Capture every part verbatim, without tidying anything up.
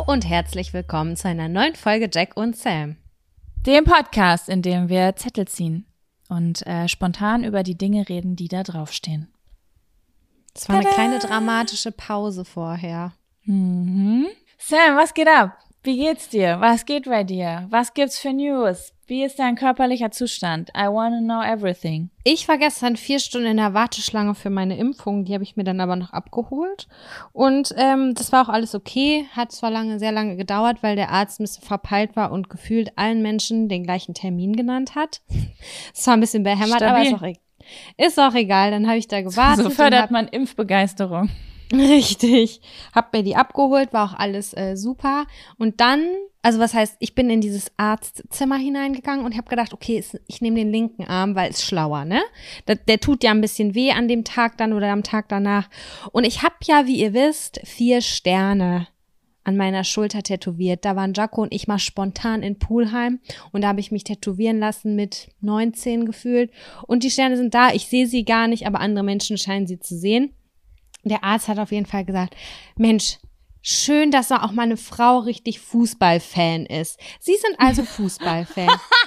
und herzlich willkommen zu einer neuen Folge Jack und Sam. Dem Podcast, in dem wir Zettel ziehen und äh, spontan über die Dinge reden, die da draufstehen. Das war Tada! Eine kleine dramatische Pause vorher. Mhm. Sam, was geht ab? Wie geht's dir? Was geht bei dir? Was gibt's für News? Wie ist dein körperlicher Zustand? I wanna know everything. Ich war gestern vier Stunden in der Warteschlange für meine Impfung. Die habe ich mir dann aber noch abgeholt. Und ähm, das war auch alles okay. Hat zwar lange, sehr lange gedauert, weil der Arzt ein bisschen verpeilt war und gefühlt allen Menschen den gleichen Termin genannt hat. Das war ein bisschen behämmert, Stabil. aber ist auch, e- ist auch egal. Dann habe ich da gewartet. So fördert hab- man Impfbegeisterung. Richtig. Hab mir die abgeholt, war auch alles äh, super. Und dann, also was heißt, ich bin in dieses Arztzimmer hineingegangen und habe gedacht, okay, ich nehme den linken Arm, weil es schlauer, ne? Der, der tut ja ein bisschen weh an dem Tag dann oder am Tag danach. Und ich habe ja, wie ihr wisst, vier Sterne an meiner Schulter tätowiert. Da waren Jaco und ich mal spontan in Pulheim und da habe ich mich tätowieren lassen mit neunzehn gefühlt. Und die Sterne sind da, ich sehe sie gar nicht, aber andere Menschen scheinen sie zu sehen. Der Arzt hat auf jeden Fall gesagt, Mensch, schön, dass auch mal eine Frau richtig Fußballfan ist. Sie sind also Fußballfan.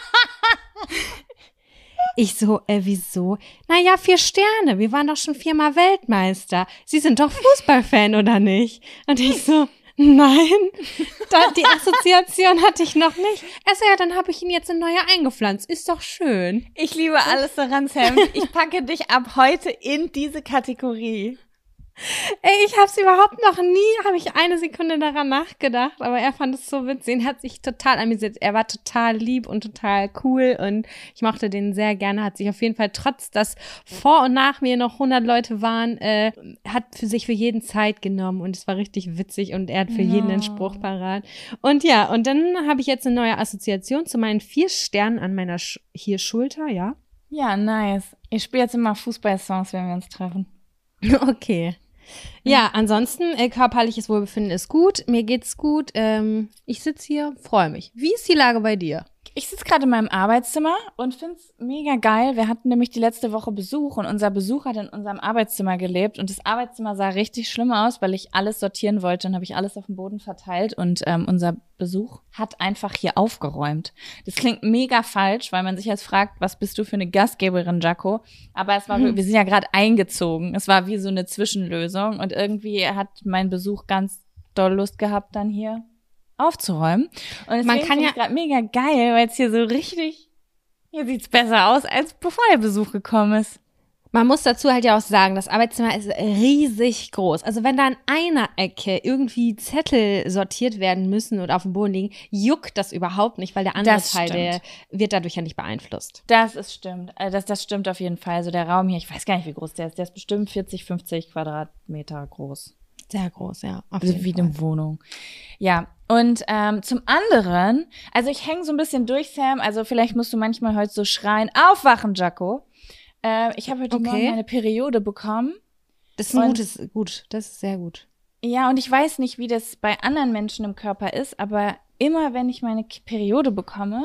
Ich so, äh, wieso? Naja, vier Sterne, wir waren doch schon viermal Weltmeister. Sie sind doch Fußballfan, oder nicht? Und ich so, nein, da, die Assoziation hatte ich noch nicht. Also ja, dann habe ich ihn jetzt in neue eingepflanzt. Ist doch schön. Ich liebe alles daran, Sam. Ich packe dich ab heute in diese Kategorie. Ey, ich hab's überhaupt noch nie, habe ich eine Sekunde daran nachgedacht, aber er fand es so witzig und hat sich total amüsiert. Er war total lieb und total cool und ich mochte den sehr gerne, hat sich auf jeden Fall, trotz dass vor und nach mir noch hundert Leute waren, äh, hat für sich für jeden Zeit genommen und es war richtig witzig und er hat für no. jeden einen Spruch parat. Und ja, und dann habe ich jetzt eine neue Assoziation zu meinen vier Sternen an meiner Sch- hier Schulter, ja? Ja, nice. Ich spiele jetzt immer Fußballsongs, wenn wir uns treffen. Okay. Ja, ansonsten, äh, körperliches Wohlbefinden ist gut, mir geht's gut, ähm, ich sitze hier, freue mich. Wie ist die Lage bei dir? Ich sitze gerade in meinem Arbeitszimmer und find's mega geil. Wir hatten nämlich die letzte Woche Besuch und unser Besuch hat in unserem Arbeitszimmer gelebt und das Arbeitszimmer sah richtig schlimm aus, weil ich alles sortieren wollte und habe ich alles auf dem Boden verteilt und ähm, unser Besuch hat einfach hier aufgeräumt. Das klingt mega falsch, weil man sich jetzt fragt, was bist du für eine Gastgeberin, Jaco? Aber es war, hm. wir sind ja gerade eingezogen. Es war wie so eine Zwischenlösung und irgendwie hat mein Besuch ganz doll Lust gehabt, dann hier aufzuräumen. Und deswegen Man kann finde ja ich gerade mega geil, weil es hier so richtig, hier sieht's besser aus, als bevor der Besuch gekommen ist. Man muss dazu halt ja auch sagen, das Arbeitszimmer ist riesig groß. Also wenn da an einer Ecke irgendwie Zettel sortiert werden müssen oder auf dem Boden liegen, juckt das überhaupt nicht, weil der andere Das Teil, stimmt. der wird dadurch ja nicht beeinflusst. Das ist stimmt. Also das, das stimmt auf jeden Fall. Also der Raum hier, ich weiß gar nicht, wie groß der ist. Der ist bestimmt vierzig, fünfzig Quadratmeter groß. Sehr groß, ja. Auf Also jeden wie Fall. eine Wohnung. Ja, und ähm, zum anderen, also ich hänge so ein bisschen durch, Sam, also vielleicht musst du manchmal heute so schreien, aufwachen, Jaco. Äh, ich habe heute Okay. Morgen meine Periode bekommen. Das ist ein Und- gutes, gut, das ist sehr gut. Ja, und ich weiß nicht, wie das bei anderen Menschen im Körper ist, aber immer wenn ich meine K- Periode bekomme,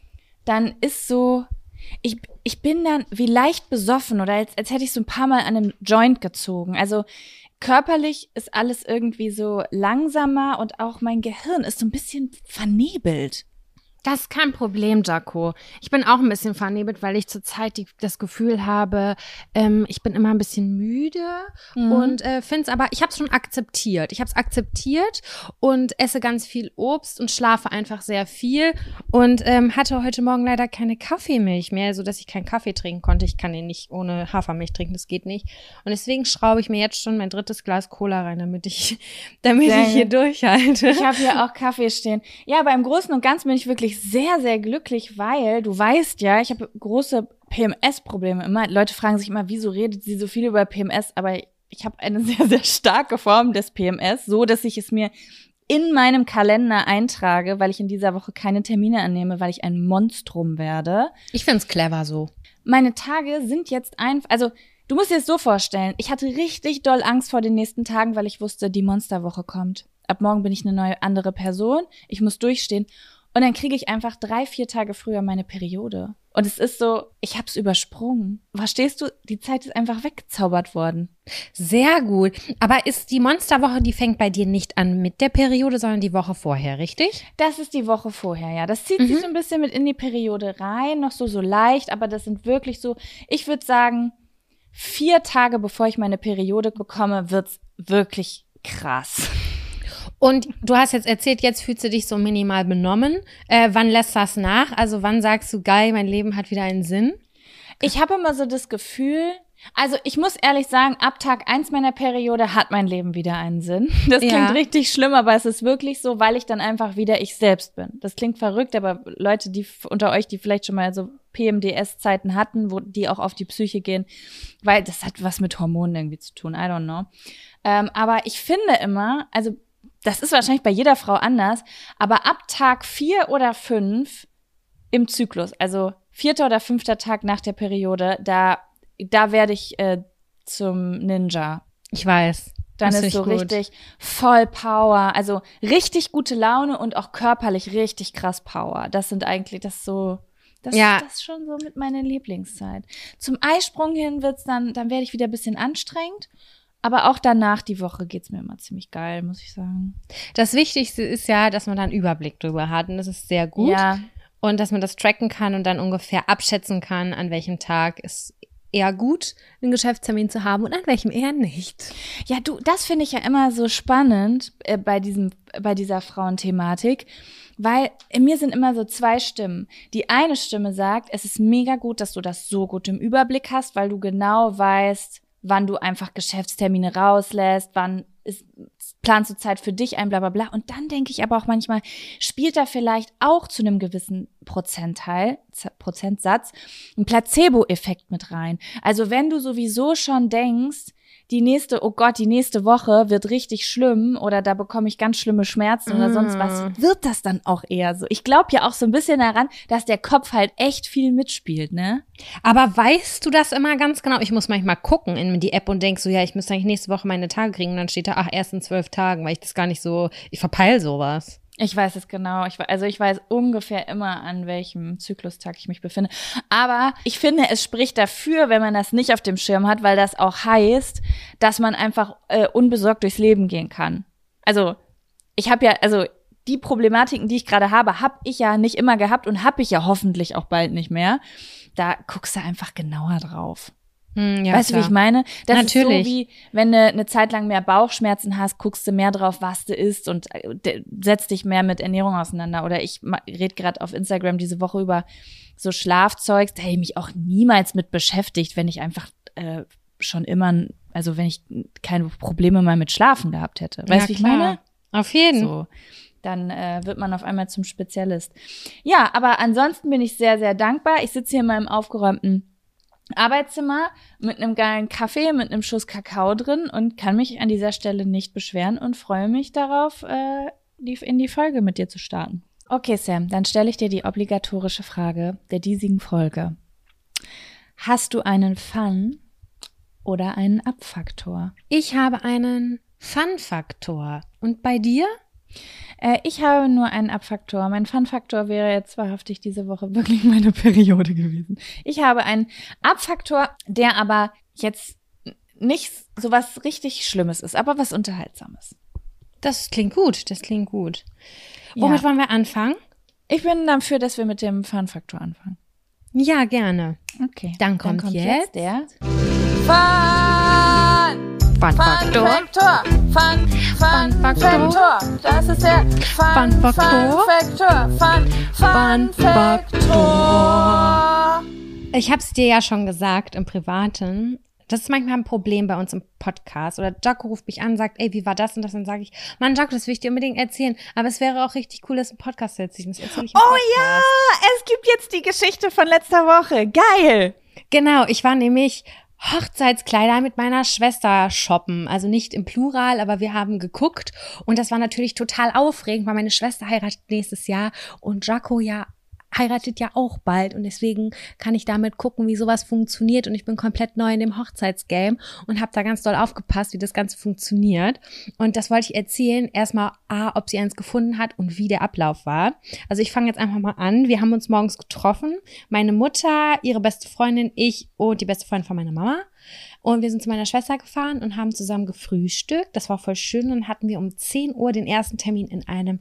dann ist so, ich, ich bin dann wie leicht besoffen oder als, als hätte ich so ein paar Mal an einem Joint gezogen. Also körperlich ist alles irgendwie so langsamer und auch mein Gehirn ist so ein bisschen vernebelt. Das ist kein Problem, Jaco. Ich bin auch ein bisschen vernebelt, weil ich zurzeit die, das Gefühl habe, ähm, ich bin immer ein bisschen müde Mhm. und äh, finde es aber, ich habe es schon akzeptiert. Ich habe es akzeptiert und esse ganz viel Obst und schlafe einfach sehr viel und ähm, hatte heute Morgen leider keine Kaffeemilch mehr, sodass ich keinen Kaffee trinken konnte. Ich kann den nicht ohne Hafermilch trinken, das geht nicht. Und deswegen schraube ich mir jetzt schon mein drittes Glas Cola rein, damit ich, damit Sehr ich hier gut. durchhalte. Ich habe hier auch Kaffee stehen. Ja, aber im Großen und Ganzen bin ich wirklich sehr, sehr glücklich, weil du weißt ja, ich habe große P M S-Probleme immer. Leute fragen sich immer, wieso redet sie so viel über P M S? Aber ich habe eine sehr, sehr starke Form des P M S, so dass ich es mir in meinem Kalender eintrage, weil ich in dieser Woche keine Termine annehme, weil ich ein Monstrum werde. Ich find's clever so. Meine Tage sind jetzt einfach, also du musst dir das so vorstellen, ich hatte richtig doll Angst vor den nächsten Tagen, weil ich wusste, die Monsterwoche kommt. Ab morgen bin ich eine neue, andere Person, ich muss durchstehen. Und dann kriege ich einfach drei, vier Tage früher meine Periode. Und es ist so, ich hab's übersprungen. Verstehst du? Die Zeit ist einfach weggezaubert worden. Sehr gut. Aber ist die Monsterwoche, die fängt bei dir nicht an mit der Periode, sondern die Woche vorher, richtig? Das ist die Woche vorher, ja. Das zieht Mhm. sich so ein bisschen mit in die Periode rein, noch so, so leicht, aber das sind wirklich so, ich würde sagen, vier Tage bevor ich meine Periode bekomme, wird's wirklich krass. Und du hast jetzt erzählt, jetzt fühlst du dich so minimal benommen. Äh, wann lässt das nach? Also wann sagst du, geil, mein Leben hat wieder einen Sinn? Ich habe immer so das Gefühl, also ich muss ehrlich sagen, ab Tag eins meiner Periode hat mein Leben wieder einen Sinn. Das klingt Ja. richtig schlimm, aber es ist wirklich so, weil ich dann einfach wieder ich selbst bin. Das klingt verrückt, aber Leute, die unter euch, die vielleicht schon mal so P M D S-Zeiten hatten, wo die auch auf die Psyche gehen, weil das hat was mit Hormonen irgendwie zu tun, I don't know. Ähm, aber ich finde immer, also das ist wahrscheinlich bei jeder Frau anders, aber ab Tag vier oder fünf im Zyklus, also vierter oder fünfter Tag nach der Periode, da, da werde ich äh, zum Ninja. Ich weiß. Dann Das ist find so ich gut. richtig voll Power, also richtig gute Laune und auch körperlich richtig krass Power. Das sind eigentlich, das ist so, das, Ja. das ist schon so mit meiner Lieblingszeit. Zum Eisprung hin wird's dann, dann werde ich wieder ein bisschen anstrengend. Aber auch danach die Woche geht's mir immer ziemlich geil, muss ich sagen. Das Wichtigste ist ja, dass man da einen Überblick drüber hat und das ist sehr gut. Ja, Und dass man das tracken kann und dann ungefähr abschätzen kann, an welchem Tag ist eher gut, einen Geschäftstermin zu haben und an welchem eher nicht. ja, du, das finde ich ja immer so spannend äh, bei diesem, bei dieser Frauenthematik, weil in mir sind immer so zwei Stimmen. Die eine Stimme sagt, es ist mega gut, dass du das so gut im Überblick hast, weil du genau weißt, wann du einfach Geschäftstermine rauslässt, wann ist, planst du Zeit für dich ein, bla bla bla. Und dann denke ich aber auch manchmal, spielt da vielleicht auch zu einem gewissen Prozentteil, Z- Prozentsatz, ein Placebo-Effekt mit rein. Also wenn du sowieso schon denkst, die nächste, oh Gott, die nächste Woche wird richtig schlimm oder da bekomme ich ganz schlimme Schmerzen oder sonst was, wird das dann auch eher so. Ich glaube ja auch so ein bisschen daran, dass der Kopf halt echt viel mitspielt, ne? Aber weißt du das immer ganz genau? Ich muss manchmal gucken in die App und denk so, ja, ich müsste eigentlich nächste Woche meine Tage kriegen. Und dann steht da, ach, erst in zwölf Tagen, weil ich das gar nicht so, ich verpeil sowas. Ich weiß es genau. Ich, we- also ich weiß ungefähr immer, an welchem Zyklustag ich mich befinde. Aber ich finde, es spricht dafür, wenn man das nicht auf dem Schirm hat, weil das auch heißt, dass man einfach äh, unbesorgt durchs Leben gehen kann. Also ich habe ja, also die Problematiken, die ich gerade habe, habe ich ja nicht immer gehabt und habe ich ja hoffentlich auch bald nicht mehr. Da guckst du einfach genauer drauf. Hm, ja, Weißt du, wie klar. ich meine? Das Natürlich. ist so wie, wenn du eine Zeit lang mehr Bauchschmerzen hast, guckst du mehr drauf, was du isst und äh, de- setzt dich mehr mit Ernährung auseinander. Oder ich ma- red gerade auf Instagram diese Woche über so Schlafzeugs, da hätte ich mich auch niemals mit beschäftigt, wenn ich einfach äh, schon immer, also wenn ich keine Probleme mal mit Schlafen gehabt hätte. Weißt du, Ja, wie ich klar. meine? Auf jeden. So. Dann äh, wird man auf einmal zum Spezialist. Ja, aber ansonsten bin ich sehr, sehr dankbar. Ich sitze hier in meinem aufgeräumten Arbeitszimmer mit einem geilen Kaffee, mit einem Schuss Kakao drin und kann mich an dieser Stelle nicht beschweren und freue mich darauf, äh, die, in die Folge mit dir zu starten. Okay, Sam, dann stelle ich dir die obligatorische Frage der diesigen Folge. Hast du einen Fun oder einen Up-Faktor? Ich habe einen Fun-Faktor. Und bei dir? Äh, ich habe nur einen Up-Faktor. Mein Fun-Faktor wäre jetzt wahrhaftig diese Woche wirklich meine Periode gewesen. Ich habe einen Up-Faktor, der aber jetzt nicht so was richtig Schlimmes ist, aber was Unterhaltsames. Das klingt gut, das klingt gut. Womit Ja. wollen wir anfangen? Ich bin dafür, dass wir mit dem Fun-Faktor anfangen. Ja, gerne. Okay. Dann kommt jetzt der Fun! Fun-Faktor. Faktor! Fun, Fun, Faktor. Faktor! Das ist der Fun, Fun Faktor. Faktor! Fun, Fun, Fun Faktor! Ich habe es dir ja schon gesagt im Privaten. Das ist manchmal ein Problem bei uns im Podcast. Oder Jaco ruft mich an und sagt, ey, wie war das und das? Dann sage ich, Mann, Jaco, das will ich dir unbedingt erzählen. Aber es wäre auch richtig cool, das im Podcast zu erzählen. Das erzähle ich im Oh Podcast. ja, es gibt jetzt die Geschichte von letzter Woche. Geil! Genau, ich war nämlich Hochzeitskleider mit meiner Schwester shoppen. Also nicht im Plural, aber wir haben geguckt. Und das war natürlich total aufregend, weil meine Schwester heiratet nächstes Jahr und Jaco ja heiratet ja auch bald und deswegen kann ich damit gucken, wie sowas funktioniert und ich bin komplett neu in dem Hochzeitsgame und habe da ganz doll aufgepasst, wie das Ganze funktioniert und das wollte ich erzählen, erstmal A, ob sie eins gefunden hat und wie der Ablauf war. Also ich fange jetzt einfach mal an, wir haben uns morgens getroffen, meine Mutter, ihre beste Freundin, ich und die beste Freundin von meiner Mama und wir sind zu meiner Schwester gefahren und haben zusammen gefrühstückt, das war voll schön und dann hatten wir um zehn Uhr den ersten Termin in einem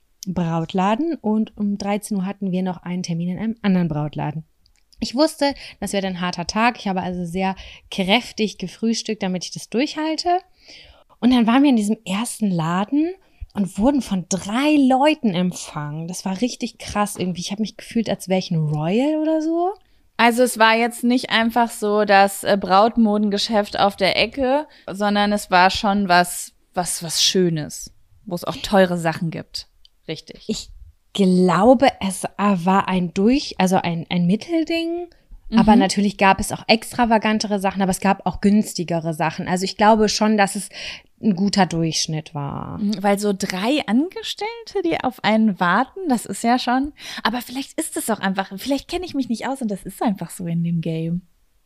Brautladen und um dreizehn Uhr hatten wir noch einen Termin in einem anderen Brautladen. Ich wusste, das wäre ein harter Tag. Ich habe also sehr kräftig gefrühstückt, damit ich das durchhalte. Und dann waren wir in diesem ersten Laden und wurden von drei Leuten empfangen. Das war richtig krass irgendwie. Ich habe mich gefühlt, als wäre ich ein Royal oder so. Also es war jetzt nicht einfach so das äh, Brautmodengeschäft auf der Ecke, sondern es war schon was, was, was Schönes, wo es auch teure Sachen gibt. Richtig. Ich glaube, es war ein Durch, also ein, ein Mittelding. Mhm. Aber natürlich gab es auch extravagantere Sachen, aber es gab auch günstigere Sachen. Also ich glaube schon, dass es ein guter Durchschnitt war. Weil so drei Angestellte, die auf einen warten, das ist ja schon. Aber vielleicht ist es auch einfach, vielleicht kenne ich mich nicht aus und das ist einfach so in dem Game.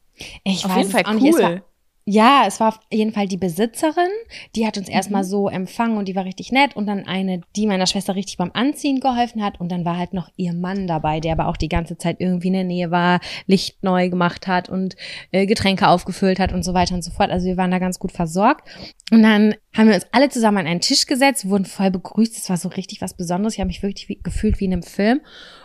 Ich auf weiß jeden Fall es auch nicht. Cool. Ja, es war auf jeden Fall die Besitzerin, die hat uns mhm. erstmal so empfangen und die war richtig nett und dann eine, die meiner Schwester richtig beim Anziehen geholfen hat und dann war halt noch ihr Mann dabei, der aber auch die ganze Zeit irgendwie in der Nähe war, Licht neu gemacht hat und äh, Getränke aufgefüllt hat und so weiter und so fort. Also wir waren da ganz gut versorgt und dann haben wir uns alle zusammen an einen Tisch gesetzt, wurden voll begrüßt, es war so richtig was Besonderes, ich habe mich wirklich wie, gefühlt wie in einem Film.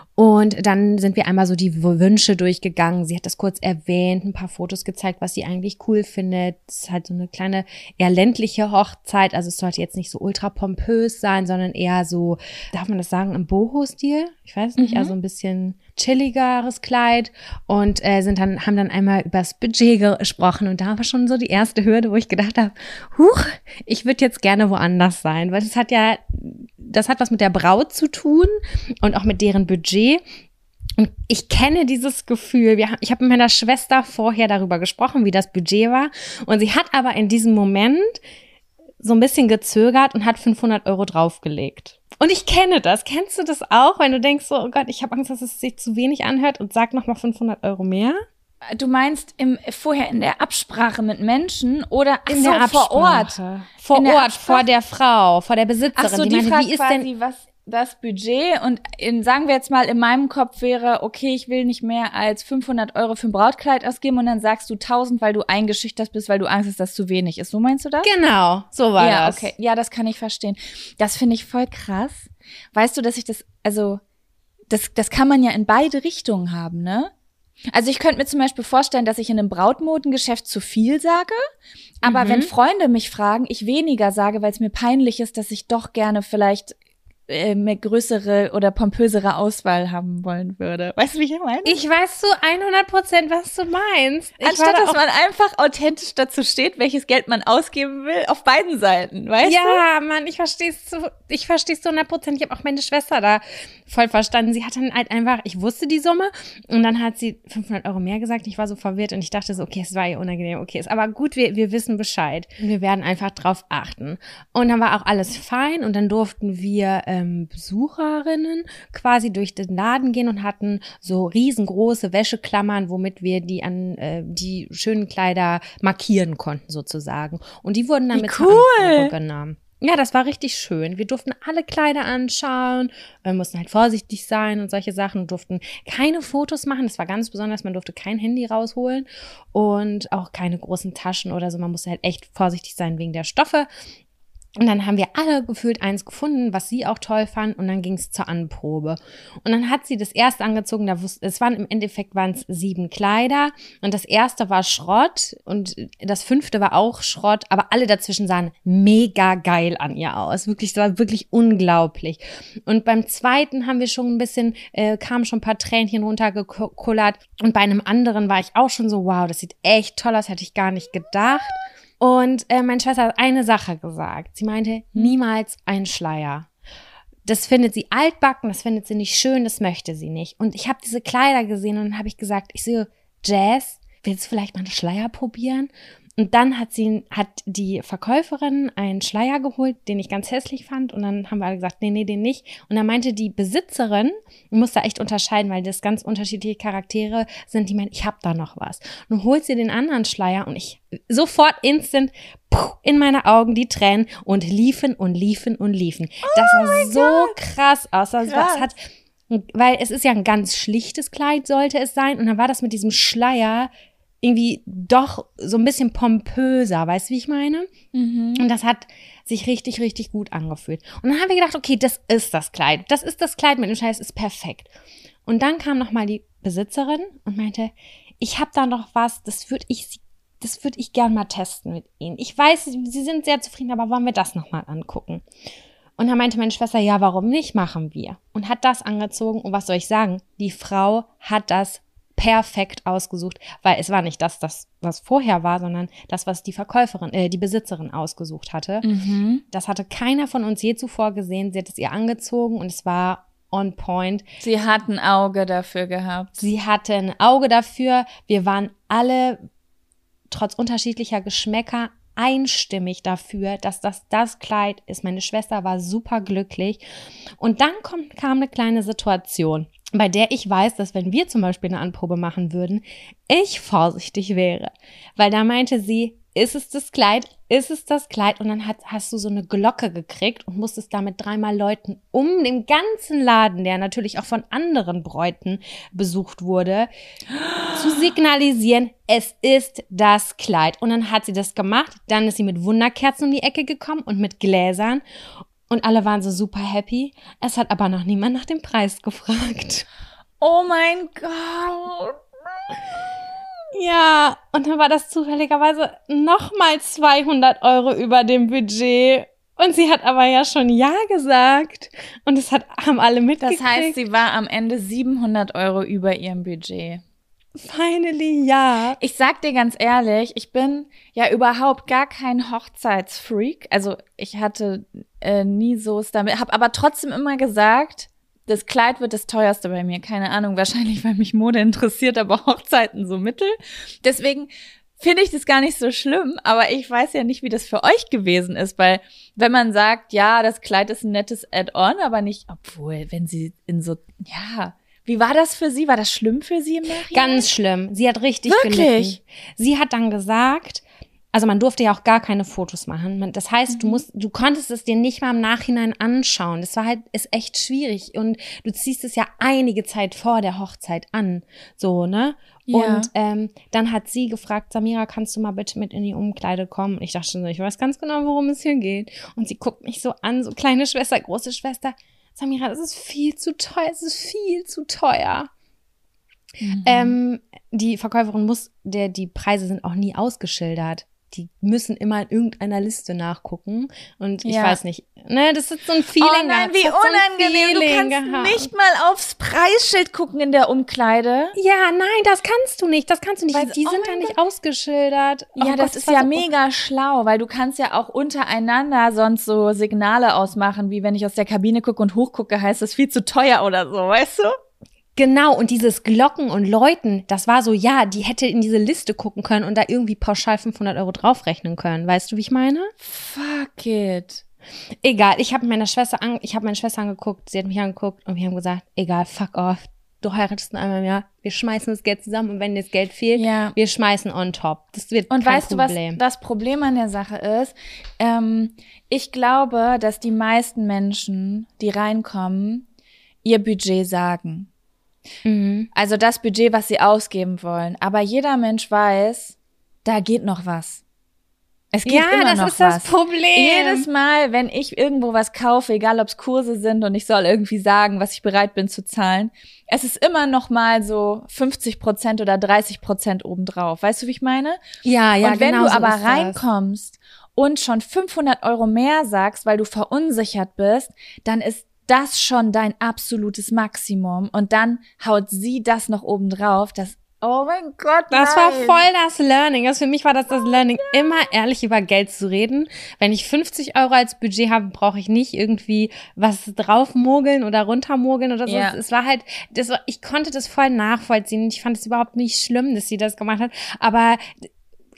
Und dann sind wir einmal so die Wünsche durchgegangen. Sie hat das kurz erwähnt, ein paar Fotos gezeigt, was sie eigentlich cool findet. Es ist halt so eine kleine, eher ländliche Hochzeit. Also es sollte jetzt nicht so ultra pompös sein, sondern eher so, darf man das sagen, im Boho-Stil? Ich weiß nicht, mhm. also ein bisschen chilligeres Kleid. Und äh, sind dann, haben dann einmal übers Budget gesprochen. Und da war schon so die erste Hürde, wo ich gedacht habe, huch, ich würde jetzt gerne woanders sein. Weil es hat ja, das hat was mit der Braut zu tun und auch mit deren Budget. Und ich kenne dieses Gefühl. Wir, ich habe mit meiner Schwester vorher darüber gesprochen, wie das Budget war. Und sie hat aber in diesem Moment so ein bisschen gezögert und hat fünfhundert Euro draufgelegt. Und ich kenne das. Kennst du das auch, wenn du denkst so, oh Gott, ich habe Angst, dass es sich zu wenig anhört und sag nochmal fünfhundert Euro mehr? Du meinst im, vorher in der Absprache mit Menschen oder ach in so, der Absprache. vor Ort? Vor in Ort, vor der Frau, vor der Besitzerin. Ach so, die, die meinte, fragt wie ist quasi, denn was das Budget und in, sagen wir jetzt mal, in meinem Kopf wäre, okay, ich will nicht mehr als fünfhundert Euro für ein Brautkleid ausgeben und dann sagst du tausend, weil du eingeschüchtert bist, weil du Angst hast, dass zu wenig ist. So meinst du das? Genau, so war ja, das. Ja, okay. Ja, das kann ich verstehen. Das finde ich voll krass. Weißt du, dass ich das, also, das, das kann man ja in beide Richtungen haben, ne? Also ich könnte mir zum Beispiel vorstellen, dass ich in einem Brautmodengeschäft zu viel sage, aber mhm. wenn Freunde mich fragen, ich weniger sage, weil es mir peinlich ist, dass ich doch gerne vielleicht äh, eine größere oder pompösere Auswahl haben wollen würde. Weißt du, wie ich meine? Ich weiß zu hundert Prozent, was du meinst. Ich Anstatt, da dass man einfach authentisch dazu steht, welches Geld man ausgeben will, auf beiden Seiten, weißt ja, du? Ja, Mann, ich verstehe es zu, ich verstehe es zu hundert Prozent. Ich habe auch meine Schwester da voll verstanden. Sie hat dann halt einfach, ich wusste die Summe und dann hat sie fünfhundert Euro mehr gesagt. Ich war so verwirrt und ich dachte so, okay, es war ihr unangenehm, okay, ist aber gut, wir, wir wissen Bescheid. Wir werden einfach drauf achten. Und dann war auch alles fein und dann durften wir ähm, Besucherinnen quasi durch den Laden gehen und hatten so riesengroße Wäscheklammern, womit wir die an äh, die schönen Kleider markieren konnten sozusagen. Und die wurden dann Wie mit cool. zur Anprobe genommen. Ja, das war richtig schön. Wir durften alle Kleider anschauen, wir mussten halt vorsichtig sein und solche Sachen, durften keine Fotos machen. Das war ganz besonders, man durfte kein Handy rausholen und auch keine großen Taschen oder so. Man musste halt echt vorsichtig sein wegen der Stoffe. Und dann haben wir alle gefühlt eins gefunden, was sie auch toll fand. Und dann ging es zur Anprobe. Und dann hat sie das erste angezogen. Da wusste, es waren im Endeffekt waren es sieben Kleider. Und das erste war Schrott. Und das fünfte war auch Schrott. Aber alle dazwischen sahen mega geil an ihr aus. Wirklich, das war wirklich unglaublich. Und beim zweiten haben wir schon ein bisschen, äh, kamen schon ein paar Tränchen runtergekullert. Und bei einem anderen war ich auch schon so, wow, das sieht echt toll aus. Hätte ich gar nicht gedacht. Und äh, meine Schwester hat eine Sache gesagt. Sie meinte, niemals ein Schleier. Das findet sie altbacken, das findet sie nicht schön, das möchte sie nicht. Und ich habe diese Kleider gesehen und dann habe ich gesagt, ich sehe, Jazz, willst du vielleicht mal einen Schleier probieren? Und dann hat sie, hat die Verkäuferin einen Schleier geholt, den ich ganz hässlich fand. Und dann haben wir alle gesagt, nee, nee, den nicht. Und dann meinte die Besitzerin, ich muss da echt unterscheiden, weil das ganz unterschiedliche Charaktere sind, die meint, ich hab da noch was. Und dann holt sie den anderen Schleier und ich sofort instant puh, in meine Augen die Tränen und liefen und liefen und liefen. Das Oh sah so Gott. krass aus. Das, das hat, weil es ist ja ein ganz schlichtes Kleid, sollte es sein. Und dann war das mit diesem Schleier irgendwie doch so ein bisschen pompöser, weißt du, wie ich meine? Mhm. Und das hat sich richtig, richtig gut angefühlt. Und dann haben wir gedacht, okay, das ist das Kleid. Das ist das Kleid mit dem Scheiß, ist perfekt. Und dann kam nochmal die Besitzerin und meinte, ich habe da noch was, das würde ich, das würde ich gern mal testen mit Ihnen. Ich weiß, Sie sind sehr zufrieden, aber wollen wir das nochmal angucken? Und dann meinte meine Schwester, ja, warum nicht, machen wir. Und hat das angezogen. Und was soll ich sagen? Die Frau hat das perfekt ausgesucht, weil es war nicht das, das, was vorher war, sondern das, was die Verkäuferin, äh, die Besitzerin ausgesucht hatte. Mhm. Das hatte keiner von uns je zuvor gesehen. Sie hat es ihr angezogen und es war on point. Sie hat ein Auge dafür gehabt. Sie hatte ein Auge dafür. Wir waren alle, trotz unterschiedlicher Geschmäcker, einstimmig dafür, dass das das Kleid ist. Meine Schwester war super glücklich. Und dann kommt, kam eine kleine Situation, bei der ich weiß, dass wenn wir zum Beispiel eine Anprobe machen würden, ich vorsichtig wäre. Weil da meinte sie, ist es das Kleid? Ist es das Kleid? Und dann hat, hast du so eine Glocke gekriegt und musstest damit dreimal läuten, um den ganzen Laden, der natürlich auch von anderen Bräuten besucht wurde, zu signalisieren, es ist das Kleid. Und dann hat sie das gemacht. Dann ist sie mit Wunderkerzen um die Ecke gekommen und mit Gläsern. Und alle waren so super happy. Es hat aber noch niemand nach dem Preis gefragt. Oh mein Gott. Ja, und dann war das zufälligerweise nochmal zweihundert Euro über dem Budget. Und sie hat aber ja schon Ja gesagt. Und das hat, haben alle mitgekriegt. Das heißt, sie war am Ende siebenhundert Euro über ihrem Budget. Finally, ja. Ich sag dir ganz ehrlich, ich bin ja überhaupt gar kein Hochzeitsfreak. Also ich hatte äh, nie so es damit, habe aber trotzdem immer gesagt, das Kleid wird das teuerste bei mir. Keine Ahnung, wahrscheinlich, weil mich Mode interessiert, aber Hochzeiten so mittel. Deswegen finde ich das gar nicht so schlimm, aber ich weiß ja nicht, wie das für euch gewesen ist, weil wenn man sagt, ja, das Kleid ist ein nettes Add-on, aber nicht, obwohl, wenn sie in so, ja, wie war das für sie? War das schlimm für sie im Nachhinein? Ganz schlimm. Sie hat richtig Wirklich? gelitten. Sie hat dann gesagt, also man durfte ja auch gar keine Fotos machen. Das heißt, du musst, du konntest es dir nicht mal im Nachhinein anschauen. Das war halt, ist echt schwierig. Und du ziehst es ja einige Zeit vor der Hochzeit an. So, ne? Ja. Und ähm, dann hat sie gefragt, Samira, kannst du mal bitte mit in die Umkleide kommen? Und ich dachte schon, ich weiß ganz genau, worum es hier geht. Und sie guckt mich so an, so kleine Schwester, große Schwester. Samira, das ist viel zu teuer, es ist viel zu teuer. Mhm. Ähm, die Verkäuferin muss, der, die Preise sind auch nie ausgeschildert. Die müssen immer in irgendeiner Liste nachgucken. Und ich ja. weiß nicht, ne, das ist so ein Feeling. Oh nein, wie gehabt. unangenehm. So du kannst gehabt. nicht mal aufs Preisschild gucken in der Umkleide. Ja, nein, das kannst du nicht. Das kannst du nicht. Weil, die oh sind da mein nicht Gott. ausgeschildert. Ja, oh das Gott, ist war ja so mega schlau, weil du kannst ja auch untereinander sonst so Signale ausmachen, wie wenn ich aus der Kabine gucke und hochgucke, heißt das viel zu teuer oder so, weißt du? Genau, und dieses Glocken und Läuten, das war so, ja, die hätte in diese Liste gucken können und da irgendwie pauschal fünfhundert Euro draufrechnen können. Weißt du, wie ich meine? Fuck it. Egal, ich habe meine Schwester an, ich habe meine Schwester angeguckt, sie hat mich angeguckt und wir haben gesagt, egal, fuck off, du heiratest nur einmal im Jahr, wir schmeißen das Geld zusammen und wenn dir das Geld fehlt, Ja. wir schmeißen on top. Das wird Und kein weißt du, was Problem. das Problem an der Sache ist? Ähm, ich glaube, dass die meisten Menschen, die reinkommen, ihr Budget sagen. Mhm. Also das Budget, was sie ausgeben wollen. Aber jeder Mensch weiß, da geht noch was. Es geht Ja, immer das noch ist das was. Problem. Jedes Mal, wenn ich irgendwo was kaufe, egal ob es Kurse sind und ich soll irgendwie sagen, was ich bereit bin zu zahlen, es ist immer noch mal so fünfzig Prozent oder dreißig Prozent obendrauf. Weißt du, wie ich meine? Ja, ja, Und wenn genau du so aber ist das. reinkommst und schon fünfhundert Euro mehr sagst, weil du verunsichert bist, dann ist das schon dein absolutes Maximum. Und dann haut sie das noch oben drauf. Das, oh mein Gott, Das nein. war voll das Learning. Das für mich war das das Learning, immer ehrlich über Geld zu reden. Wenn ich fünfzig Euro als Budget habe, brauche ich nicht irgendwie was draufmogeln oder runtermogeln oder so. Ja. Es war halt, das war, ich konnte das voll nachvollziehen. Ich fand es überhaupt nicht schlimm, dass sie das gemacht hat. Aber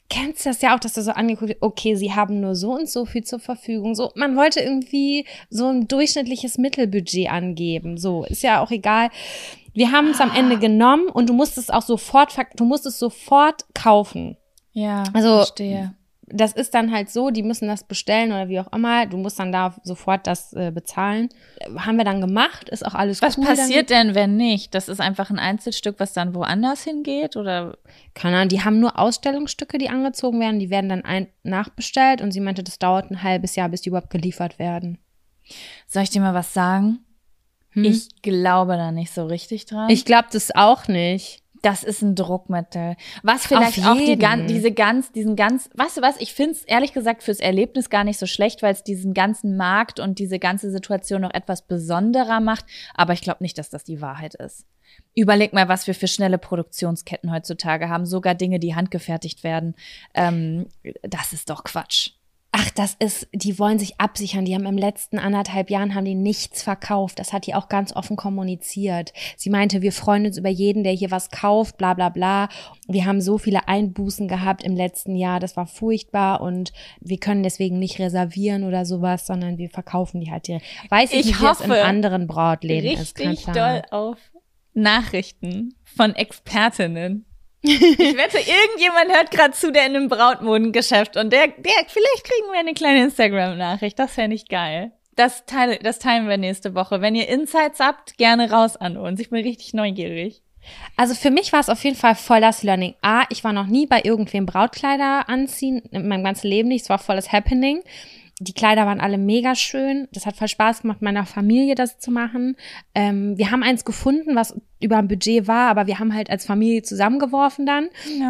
kennst das ja auch, dass du so angeguckt wird, okay, sie haben nur so und so viel zur Verfügung. So, man wollte irgendwie so ein durchschnittliches Mittelbudget angeben. So, ist ja auch egal. Wir haben es am Ende genommen und du musst es auch sofort, du musst es sofort kaufen. Ja, also, verstehe. Das ist dann halt so, die müssen das bestellen oder wie auch immer. Du musst dann da sofort das äh, bezahlen. Haben wir dann gemacht, ist auch alles was cool. Was passiert dann. denn, wenn nicht? Das ist einfach ein Einzelstück, was dann woanders hingeht, oder? Keine Ahnung, die haben nur Ausstellungsstücke, die angezogen werden. Die werden dann ein nachbestellt und sie meinte, das dauert ein halbes Jahr, bis die überhaupt geliefert werden. Soll ich dir mal was sagen? Hm? Ich glaube da nicht so richtig dran. Ich glaube das auch nicht. Das ist ein Druckmittel. Was vielleicht auch die ganz, diese ganz, diesen ganz, weißt du was, ich find's ehrlich gesagt fürs Erlebnis gar nicht so schlecht, weil es diesen ganzen Markt und diese ganze Situation noch etwas besonderer macht. Aber ich glaube nicht, dass das die Wahrheit ist. Überleg mal, was wir für schnelle Produktionsketten heutzutage haben. Sogar Dinge, die handgefertigt werden. Ähm, das ist doch Quatsch. Ach, das ist, die wollen sich absichern. Die haben im letzten anderthalb Jahren haben die nichts verkauft. Das hat die auch ganz offen kommuniziert. Sie meinte, wir freuen uns über jeden, der hier was kauft, bla bla bla. Wir haben so viele Einbußen gehabt im letzten Jahr. Das war furchtbar und wir können deswegen nicht reservieren oder sowas, sondern wir verkaufen die halt direkt. Weiß ich, ich nicht, wie es in anderen Brautläden ist. Richtig doll auf Nachrichten von Expertinnen. Ich wette, irgendjemand hört gerade zu, der in einem Brautmodengeschäft und der, der, vielleicht kriegen wir eine kleine Instagram-Nachricht. Das fände ich geil. Das, teile, das teilen wir nächste Woche. Wenn ihr Insights habt, gerne raus an uns. Ich bin richtig neugierig. Also für mich war es auf jeden Fall voll das Learning. A, ich war noch nie bei irgendwem Brautkleider anziehen, in meinem ganzen Leben nicht. Es war voll das Happening. Die Kleider waren alle mega schön. Das hat voll Spaß gemacht, meiner Familie das zu machen. Ähm, wir haben eins gefunden, was über ein Budget war, aber wir haben halt als Familie zusammengeworfen dann.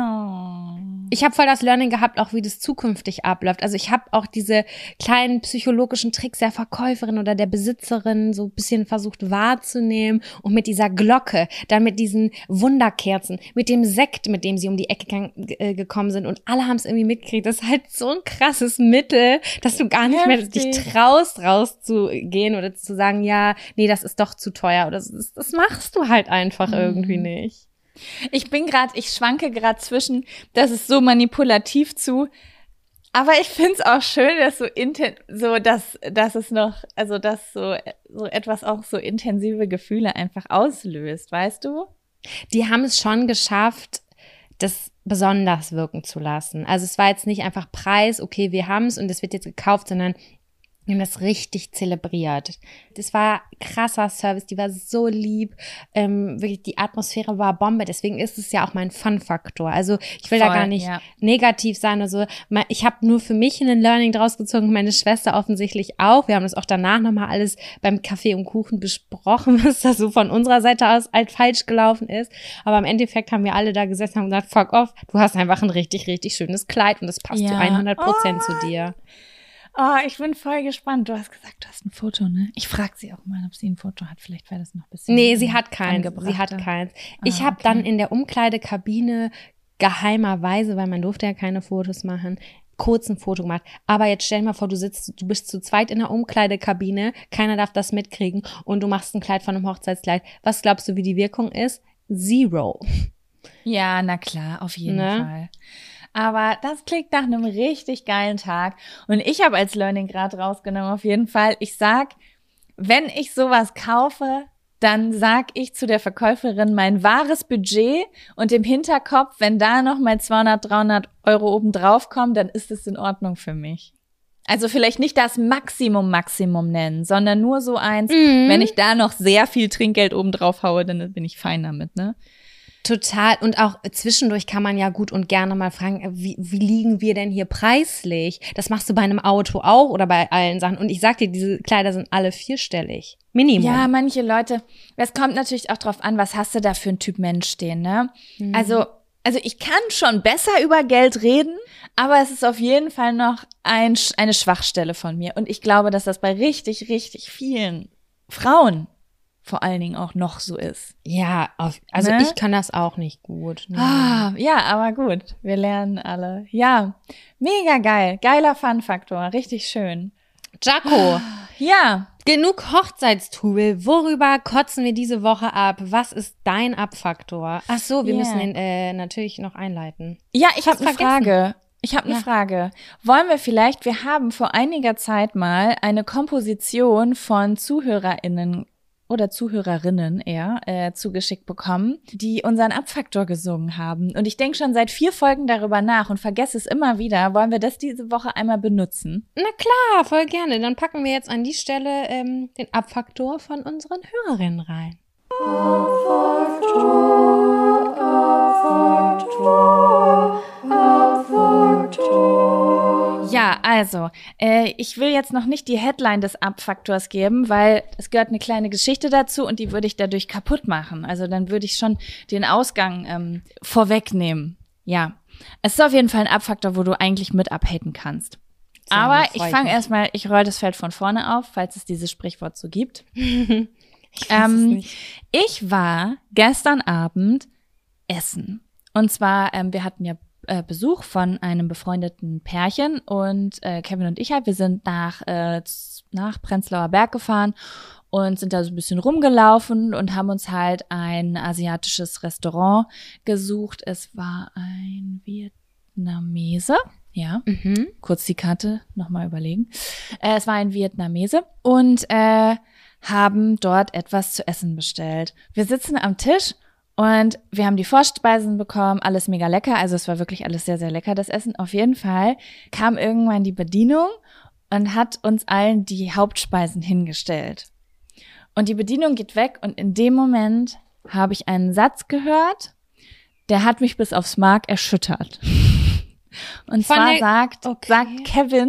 No. Ich habe voll das Learning gehabt, auch wie das zukünftig abläuft. Also ich habe auch diese kleinen psychologischen Tricks der Verkäuferin oder der Besitzerin so ein bisschen versucht wahrzunehmen und mit dieser Glocke, dann mit diesen Wunderkerzen, mit dem Sekt, mit dem sie um die Ecke gang, äh, gekommen sind und alle haben es irgendwie mitgekriegt. Das ist halt so ein krasses Mittel, dass du gar nicht mehr dich traust, rauszugehen oder zu sagen, ja, nee, das ist doch zu teuer oder das, das machst du halt einfach mhm. irgendwie nicht. Ich bin gerade, ich schwanke gerade zwischen, das ist so manipulativ zu, aber ich find's auch schön, dass so inten, so dass dass es noch, also dass so so etwas auch so intensive Gefühle einfach auslöst, weißt du? Die haben es schon geschafft, das besonders wirken zu lassen. Also es war jetzt nicht einfach Preis, okay, wir haben's und es wird jetzt gekauft, sondern wir haben das richtig zelebriert. Das war krasser Service, die war so lieb. Ähm, wirklich, die Atmosphäre war Bombe. Deswegen ist es ja auch mein Fun-Faktor. Also ich will Voll, da gar nicht ja. negativ sein oder so. Ich habe nur für mich ein Learning draus gezogen, meine Schwester offensichtlich auch. Wir haben das auch danach nochmal alles beim Kaffee und Kuchen besprochen, was da so von unserer Seite aus halt falsch gelaufen ist. Aber im Endeffekt haben wir alle da gesessen und gesagt, fuck off, du hast einfach ein richtig, richtig schönes Kleid und das passt ja. zu hundert Prozent oh. zu dir. Oh, ich bin voll gespannt. Du hast gesagt, du hast ein Foto, ne? Ich frage sie auch mal, ob sie ein Foto hat. Vielleicht wäre das noch ein bisschen Nee, sie hat keins. Sie hat keins. Ich ah, habe okay. dann in der Umkleidekabine geheimerweise, weil man durfte ja keine Fotos machen, kurz ein Foto gemacht. Aber jetzt stell dir mal vor, du sitzt, du bist zu zweit in der Umkleidekabine, keiner darf das mitkriegen und du machst ein Kleid von einem Hochzeitskleid. Was glaubst du, wie die Wirkung ist? Zero. Ja, na klar, auf jeden ne? Fall. Aber das klingt nach einem richtig geilen Tag. Und ich habe als Learning gerade rausgenommen, auf jeden Fall. Ich sag, wenn ich sowas kaufe, dann sag ich zu der Verkäuferin mein wahres Budget und im Hinterkopf, wenn da noch mal zweihundert, dreihundert Euro oben drauf kommen, dann ist es in Ordnung für mich. Also vielleicht nicht das Maximum Maximum nennen, sondern nur so eins, mhm. wenn ich da noch sehr viel Trinkgeld oben drauf haue, dann bin ich fein damit, ne? Total. Und auch zwischendurch kann man ja gut und gerne mal fragen, wie, wie liegen wir denn hier preislich? Das machst du bei einem Auto auch oder bei allen Sachen. Und ich sag dir, diese Kleider sind alle vierstellig. Minimum. Ja, manche Leute, es kommt natürlich auch drauf an, was hast du da für ein Typ Mensch stehen, ne? Mhm. Also, also ich kann schon besser über Geld reden, aber es ist auf jeden Fall noch ein, eine Schwachstelle von mir. Und ich glaube, dass das bei richtig, richtig vielen Frauen vor allen Dingen auch noch so ist. Ja, auf, also ne? ich kann das auch nicht gut. Ne? Ah, ja, aber gut, wir lernen alle. Ja, mega geil, geiler Fun-Faktor, richtig schön. Jaco, ja, genug Hochzeitstrubel. Worüber kotzen wir diese Woche ab? Was ist dein Abfaktor? Ach so, wir yeah. müssen den äh, natürlich noch einleiten. Ja, ich habe eine Frage. Ich habe eine Ja. Frage. Wollen wir vielleicht, wir haben vor einiger Zeit mal eine Komposition von ZuhörerInnen oder Zuhörerinnen eher äh, zugeschickt bekommen, die unseren Abfaktor gesungen haben. Und ich denke schon seit vier Folgen darüber nach und vergesse es immer wieder. Wollen wir das diese Woche einmal benutzen? Na klar, voll gerne. Dann packen wir jetzt an die Stelle ähm, den Abfaktor von unseren Hörerinnen rein. Ja, also, äh, ich will jetzt noch nicht die Headline des Abfaktors geben, weil es gehört eine kleine Geschichte dazu und die würde ich dadurch kaputt machen. Also dann würde ich schon den Ausgang ähm, vorwegnehmen. Ja, es ist auf jeden Fall ein Abfaktor, wo du eigentlich mit abhaten kannst. Sehr Aber gut, ich freu ich fange mich. erstmal, ich roll das Feld von vorne auf, falls es dieses Sprichwort so gibt. Ich weiß es Ähm, nicht. ich war gestern Abend essen. Und zwar, ähm, wir hatten ja äh, Besuch von einem befreundeten Pärchen und äh, Kevin und ich halt, wir sind nach, äh, z- nach Prenzlauer Berg gefahren und sind da so ein bisschen rumgelaufen und haben uns halt ein asiatisches Restaurant gesucht. Es war ein Vietnamese, ja. Mhm. Kurz die Karte nochmal überlegen. Äh, es war ein Vietnamese und äh, haben dort etwas zu essen bestellt. Wir sitzen am Tisch und wir haben die Vorspeisen bekommen, alles mega lecker. Also es war wirklich alles sehr, sehr lecker, das Essen. Auf jeden Fall kam irgendwann die Bedienung und hat uns allen die Hauptspeisen hingestellt. Und die Bedienung geht weg und in dem Moment habe ich einen Satz gehört, der hat mich bis aufs Mark erschüttert. Und Von zwar der- sagt, okay. sagt Kevin,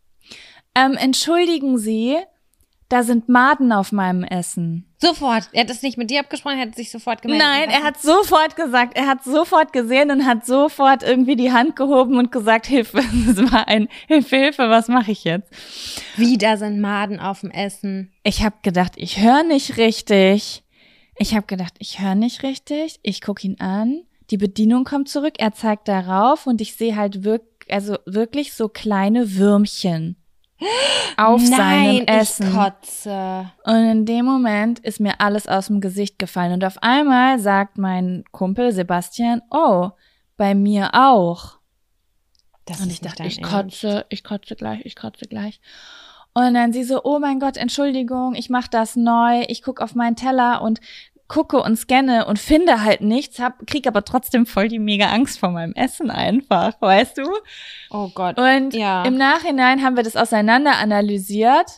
ähm, entschuldigen Sie, da sind Maden auf meinem Essen. Sofort. Er hat es nicht mit dir abgesprochen, er hat sich sofort gemeldet. Nein, er hat sofort gesagt, er hat sofort gesehen und hat sofort irgendwie die Hand gehoben und gesagt, Hilfe, das war ein Hilfe, Hilfe, was mache ich jetzt? Wieder sind Maden auf dem Essen. Ich habe gedacht, ich höre nicht richtig. Ich habe gedacht, ich höre nicht richtig. Ich gucke ihn an. Die Bedienung kommt zurück. Er zeigt darauf und ich sehe halt wirklich, also wirklich so kleine Würmchen auf Nein, seinem Essen. ich kotze. Und in dem Moment ist mir alles aus dem Gesicht gefallen. Und auf einmal sagt mein Kumpel Sebastian, oh, bei mir auch. Das Und ist ich nicht dachte, dein ich Ernst. kotze, ich kotze gleich, ich kotze gleich. Und dann sie so, oh mein Gott, Entschuldigung, ich mach das neu. Ich guck auf meinen Teller und gucke und scanne und finde halt nichts, hab, krieg aber trotzdem voll die mega Angst vor meinem Essen einfach, weißt du? Oh Gott. Und Ja. im Nachhinein haben wir das auseinander analysiert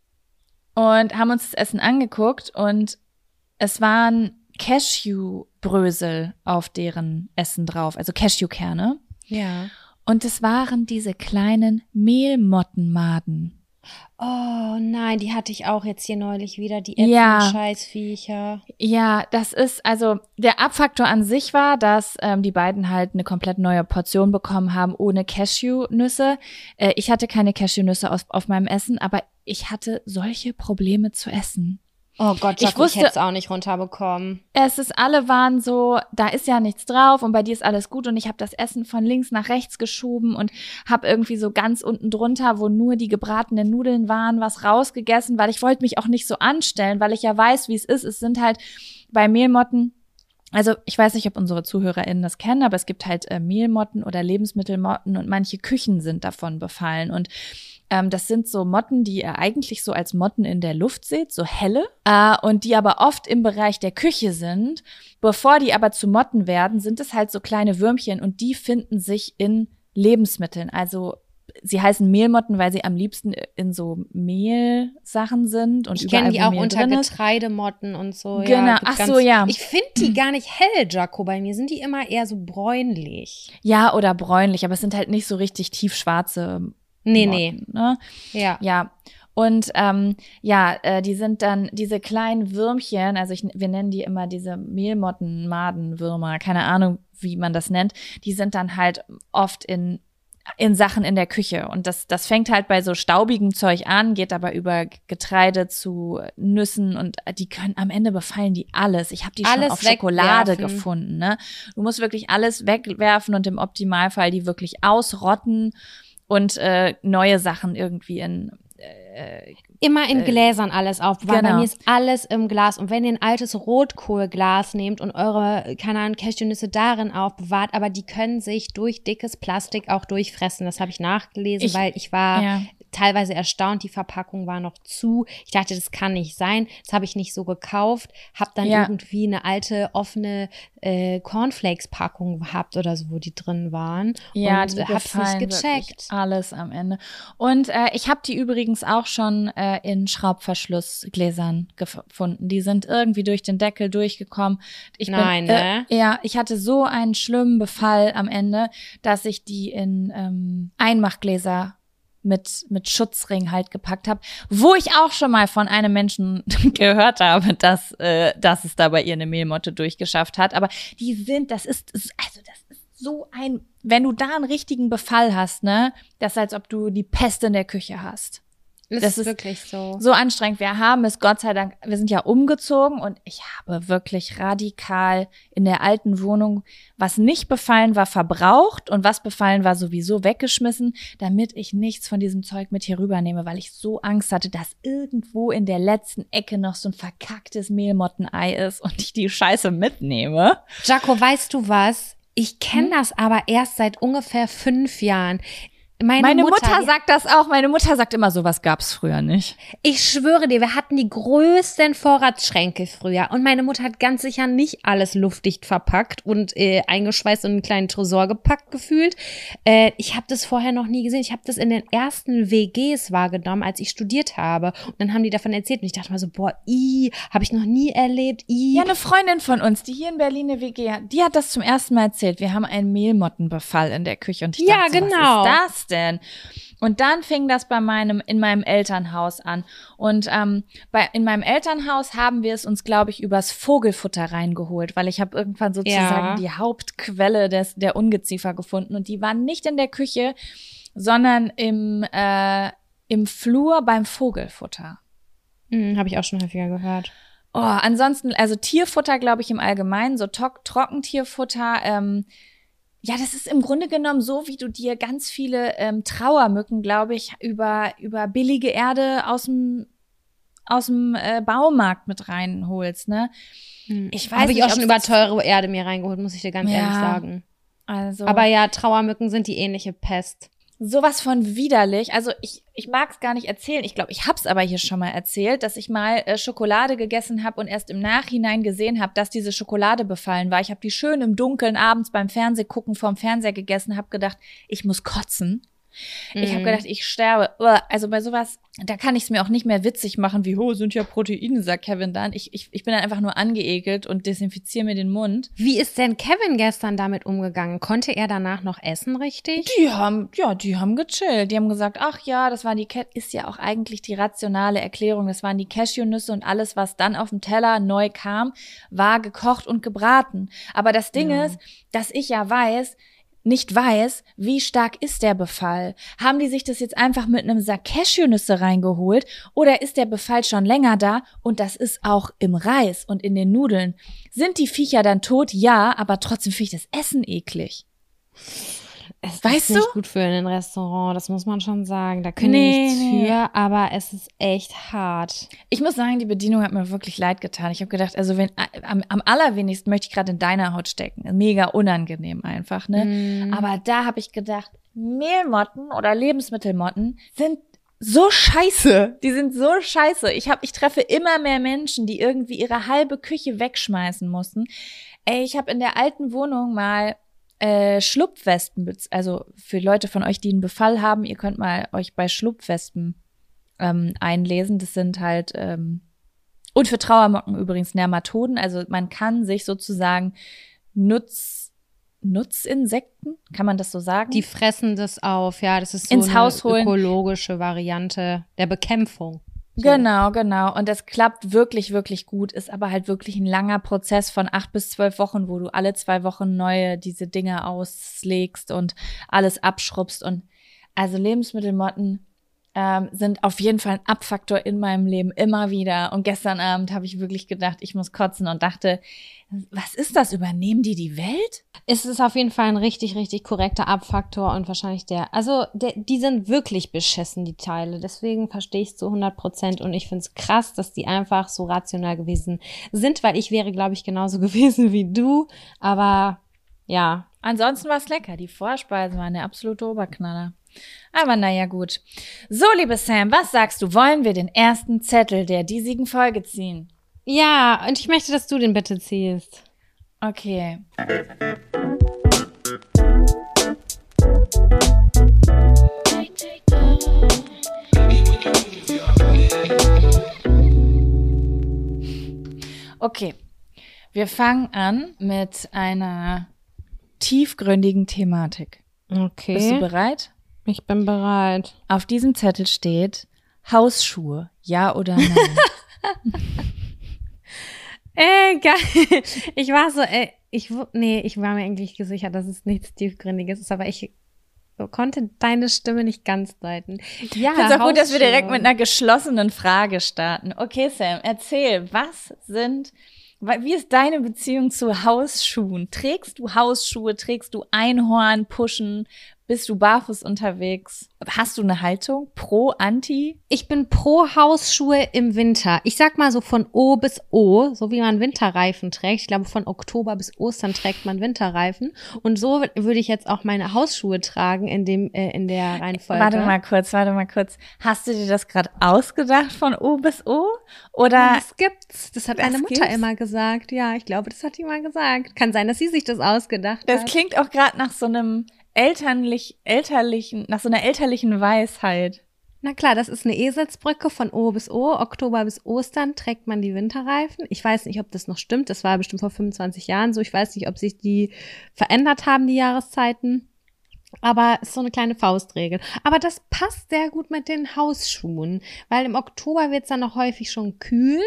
und haben uns das Essen angeguckt und es waren Cashewbrösel auf deren Essen drauf, also Cashewkerne. Ja. Und es waren diese kleinen Mehlmottenmaden. Oh nein, die hatte ich auch jetzt hier neulich wieder, die Ja. ätzenden Scheißviecher. Ja, das ist, also der Abfaktor an sich war, dass ähm, die beiden halt eine komplett neue Portion bekommen haben ohne Cashewnüsse. Äh, ich hatte keine Cashewnüsse auf, auf meinem Essen, aber ich hatte solche Probleme zu essen. Oh Gott, Ich Jaco, ich, wusste- hätte es auch nicht runterbekommen. Es ist, alle waren so, da ist ja nichts drauf und bei dir ist alles gut und ich habe das Essen von links nach rechts geschoben und habe irgendwie so ganz unten drunter, wo nur die gebratenen Nudeln waren, was rausgegessen, weil ich wollte mich auch nicht so anstellen, weil ich ja weiß, wie es ist. Es sind halt bei Mehlmotten, also ich weiß nicht, ob unsere ZuhörerInnen das kennen, aber es gibt halt äh, Mehlmotten oder Lebensmittelmotten und manche Küchen sind davon befallen und Ähm, das sind so Motten, die ihr eigentlich so als Motten in der Luft seht, so helle, äh, und die aber oft im Bereich der Küche sind. Bevor die aber zu Motten werden, sind es halt so kleine Würmchen und die finden sich in Lebensmitteln. Also sie heißen Mehlmotten, weil sie am liebsten in so Mehlsachen sind und Ich überall, kenne die wo auch Mehl unter drin ist. Getreidemotten und so. Genau. Ja, Ach ganz, so, ja. Ich finde die gar nicht hell, Jaco. Bei mir sind die immer eher so bräunlich. Ja, oder bräunlich, aber es sind halt nicht so richtig tiefschwarze Nee, Motten, nee. ne? Ja. Ja, und ähm, ja, äh, die sind dann diese kleinen Würmchen, also ich, wir nennen die immer diese Mehlmotten, Madenwürmer, keine Ahnung, wie man das nennt, die sind dann halt oft in in Sachen in der Küche und das das fängt halt bei so staubigem Zeug an, geht aber über Getreide zu Nüssen und die können am Ende befallen die alles. Ich habe die schon Alles auf Schokolade wegwerfen. gefunden, ne? Du musst wirklich alles wegwerfen und im Optimalfall die wirklich ausrotten und äh, neue Sachen irgendwie in äh, Immer in äh, Gläsern alles aufbewahren. genau. Bei mir ist alles im Glas. Und wenn ihr ein altes Rotkohlglas nehmt und eure, keine Ahnung, Cashewnüsse darin aufbewahrt, aber die können sich durch dickes Plastik auch durchfressen. Das habe ich nachgelesen, Ich- weil ich war ja. teilweise erstaunt, die Verpackung war noch zu. Ich dachte, das kann nicht sein. Das habe ich nicht so gekauft. Hab dann Ja. irgendwie eine alte, offene äh, Cornflakes-Packung gehabt oder so, wo die drin waren. Ja, und die hab's nicht befallen wirklich gecheckt. alles am Ende. Und äh, ich habe die übrigens auch schon äh, in Schraubverschlussgläsern gefunden. Die sind irgendwie durch den Deckel durchgekommen. Ich Nein, bin, ne? Äh, ja, ich hatte so einen schlimmen Befall am Ende, dass ich die in ähm, Einmachgläser mit mit Schutzring halt gepackt habe, wo ich auch schon mal von einem Menschen gehört habe, dass äh, dass es da bei ihr eine Mehlmotte durchgeschafft hat. Aber die sind, das ist also das ist so ein, wenn du da einen richtigen Befall hast, ne, das ist, als ob du die Pest in der Küche hast. Das, Das ist ist wirklich so. So anstrengend. Wir haben es, Gott sei Dank, wir sind ja umgezogen und ich habe wirklich radikal in der alten Wohnung, was nicht befallen war, verbraucht und was befallen war, sowieso weggeschmissen, damit ich nichts von diesem Zeug mit hier rübernehme, weil ich so Angst hatte, dass irgendwo in der letzten Ecke noch so ein verkacktes Mehlmottenei ist und ich die Scheiße mitnehme. Jaco, weißt du was? Ich kenne Hm? das aber erst seit ungefähr fünf Jahren. Meine, Meine Mutter, Mutter, die, sagt das auch. Meine Mutter sagt immer, sowas gab's früher nicht. ich schwöre dir, wir hatten die größten Vorratsschränke früher und meine Mutter hat ganz sicher nicht alles luftdicht verpackt und äh, eingeschweißt und in einen kleinen Tresor gepackt gefühlt. Äh, ich habe das vorher noch nie gesehen. Ich habe das in den ersten W Gs wahrgenommen, als ich studiert habe. Und dann haben die davon erzählt und ich dachte mal so, boah, i, habe ich noch nie erlebt, i. Ja, eine Freundin von uns, die hier in Berlin eine W G hat, die hat das zum ersten Mal erzählt. Wir haben einen Mehlmottenbefall in der Küche und ich Ja, dachte so, genau. was ist das denn? Und dann fing das bei meinem, in meinem Elternhaus an. Und ähm, bei, in meinem Elternhaus haben wir es uns, glaube ich, übers Vogelfutter reingeholt, weil ich habe irgendwann sozusagen Ja. die Hauptquelle des, der Ungeziefer gefunden. Und die waren nicht in der Küche, sondern im, äh, im Flur beim Vogelfutter. Hm, habe ich auch schon häufiger gehört. Oh, ansonsten, also Tierfutter, glaube ich, im Allgemeinen, so to- Trockentierfutter, ähm, ja, das ist im Grunde genommen so, wie du dir ganz viele ähm, Trauermücken, glaube ich, über über billige Erde aus dem aus dem äh, Baumarkt mit reinholst, ne? Hm. Ich weiß Habe ich nicht, auch schon ob's über das- teure Erde mir reingeholt, muss ich dir ganz Ja. ehrlich sagen. Also, Aber ja, Trauermücken sind die ähnliche Pest. sowas von widerlich. Also ich ich mag es gar nicht erzählen. Ich glaube, ich hab's aber hier schon mal erzählt, dass ich mal äh, Schokolade gegessen habe und erst im Nachhinein gesehen habe, dass diese Schokolade befallen war. Ich habe die schön im Dunkeln abends beim Fernsehgucken vorm Fernseher gegessen, habe gedacht, ich muss kotzen. Ich habe Mhm. gedacht, ich sterbe. Uah, also bei sowas, da kann ich es mir auch nicht mehr witzig machen, wie, oh, sind ja Proteine, sagt Kevin dann. Ich, ich, ich bin dann einfach nur angeekelt und desinfiziere mir den Mund. Wie ist denn Kevin gestern damit umgegangen? Konnte er danach noch essen, richtig? Die haben, ja, die haben gechillt. Die haben gesagt, ach ja, das waren die, Ca- ist ja auch eigentlich die rationale Erklärung. Das waren die Cashewnüsse und alles, was dann auf dem Teller neu kam, war gekocht und gebraten. Aber das Ding Ja. ist, dass ich ja weiß, nicht weiß, wie stark ist der Befall. Haben die sich das jetzt einfach mit einem Sack Cashewnüsse reingeholt oder ist der Befall schon länger da und das ist auch im Reis und in den Nudeln? Sind die Viecher dann tot? Ja, aber trotzdem finde ich das Essen eklig. Es Weißt ist du? nicht gut für ein Restaurant, das muss man schon sagen. Da können Nee, die nichts nee. für, aber es ist echt hart. Ich muss sagen, die Bedienung hat mir wirklich leid getan. Ich habe gedacht, also wenn am, am allerwenigsten möchte ich gerade in deiner Haut stecken. Mega unangenehm einfach, ne? Mm. Aber da habe ich gedacht, Mehlmotten oder Lebensmittelmotten sind so scheiße. Die sind so scheiße. Ich habe, ich treffe immer mehr Menschen, die irgendwie ihre halbe Küche wegschmeißen mussten. Ey, ich habe in der alten Wohnung mal äh, Schlupfwespen, bez- also für Leute von euch, die einen Befall haben, ihr könnt mal euch bei Schlupfwespen ähm, einlesen. Das sind halt ähm, und für Trauermocken übrigens Nematoden. Also man kann sich sozusagen Nutz Nutzinsekten, kann man das so sagen? Die fressen das auf, ja, das ist so Ins eine Haus holen. ökologische Variante der Bekämpfung. So. Genau, genau. Und das klappt wirklich, wirklich gut, ist aber halt wirklich ein langer Prozess von acht bis zwölf Wochen, wo du alle zwei Wochen neue diese Dinge auslegst und alles abschrubbst. Und also Lebensmittelmotten, ähm, sind auf jeden Fall ein Abfaktor in meinem Leben, immer wieder. Und gestern Abend habe ich wirklich gedacht, ich muss kotzen und dachte, was ist das? Übernehmen die die Welt? Es ist auf jeden Fall ein richtig, richtig korrekter Abfaktor und wahrscheinlich der, also der, die sind wirklich beschissen, die Teile. Deswegen verstehe ich es zu hundert Prozent und ich finde es krass, dass die einfach so rational gewesen sind, weil ich wäre, glaube ich, genauso gewesen wie du. Aber ja. Ansonsten war es lecker. Die Vorspeisen waren der absolute Oberknaller. Aber naja, gut. So, liebe Sam, was sagst du? Wollen wir den ersten Zettel der diesigen Folge ziehen? Ja, und ich möchte, dass du den bitte ziehst. Okay. Okay. Wir fangen an mit einer tiefgründigen Thematik. Okay. Bist du bereit? Ich bin bereit. Auf diesem Zettel steht Hausschuhe, ja oder nein? Äh, geil. Ich war so, äh, ich, nee, ich war mir eigentlich gesichert, dass es nichts Tiefgründiges ist, aber ich konnte deine Stimme nicht ganz deuten. Ja, ich finde es auch gut, dass wir direkt mit einer geschlossenen Frage starten. Okay, Sam, erzähl, was sind, wie ist deine Beziehung zu Hausschuhen? Trägst du Hausschuhe, trägst du Einhorn, Puschen? Bist du barfuß unterwegs? Hast du eine Haltung? Pro, anti? Ich bin pro Hausschuhe im Winter. Ich sag mal so von O bis O, so wie man Winterreifen trägt. Ich glaube, von Oktober bis Ostern trägt man Winterreifen. Und so würde ich jetzt auch meine Hausschuhe tragen in dem äh, in der Reihenfolge. Warte mal kurz, warte mal kurz. Hast du dir das gerade ausgedacht von O bis O? Oder? Das gibt's. Das hat das meine Mutter gibt's? immer gesagt. Ja, ich glaube, das hat die mal gesagt. Kann sein, dass sie sich das ausgedacht Das hat. klingt auch gerade nach so einem elterlich, elterlichen, nach so einer elterlichen Weisheit. Na klar, das ist eine Eselsbrücke von O bis O. Oktober bis Ostern trägt man die Winterreifen. Ich weiß nicht, ob das noch stimmt. Das war bestimmt vor fünfundzwanzig Jahren so. Ich weiß nicht, ob sich die verändert haben, die Jahreszeiten. Aber es ist so eine kleine Faustregel. Aber das passt sehr gut mit den Hausschuhen, weil im Oktober wird es dann noch häufig schon kühl.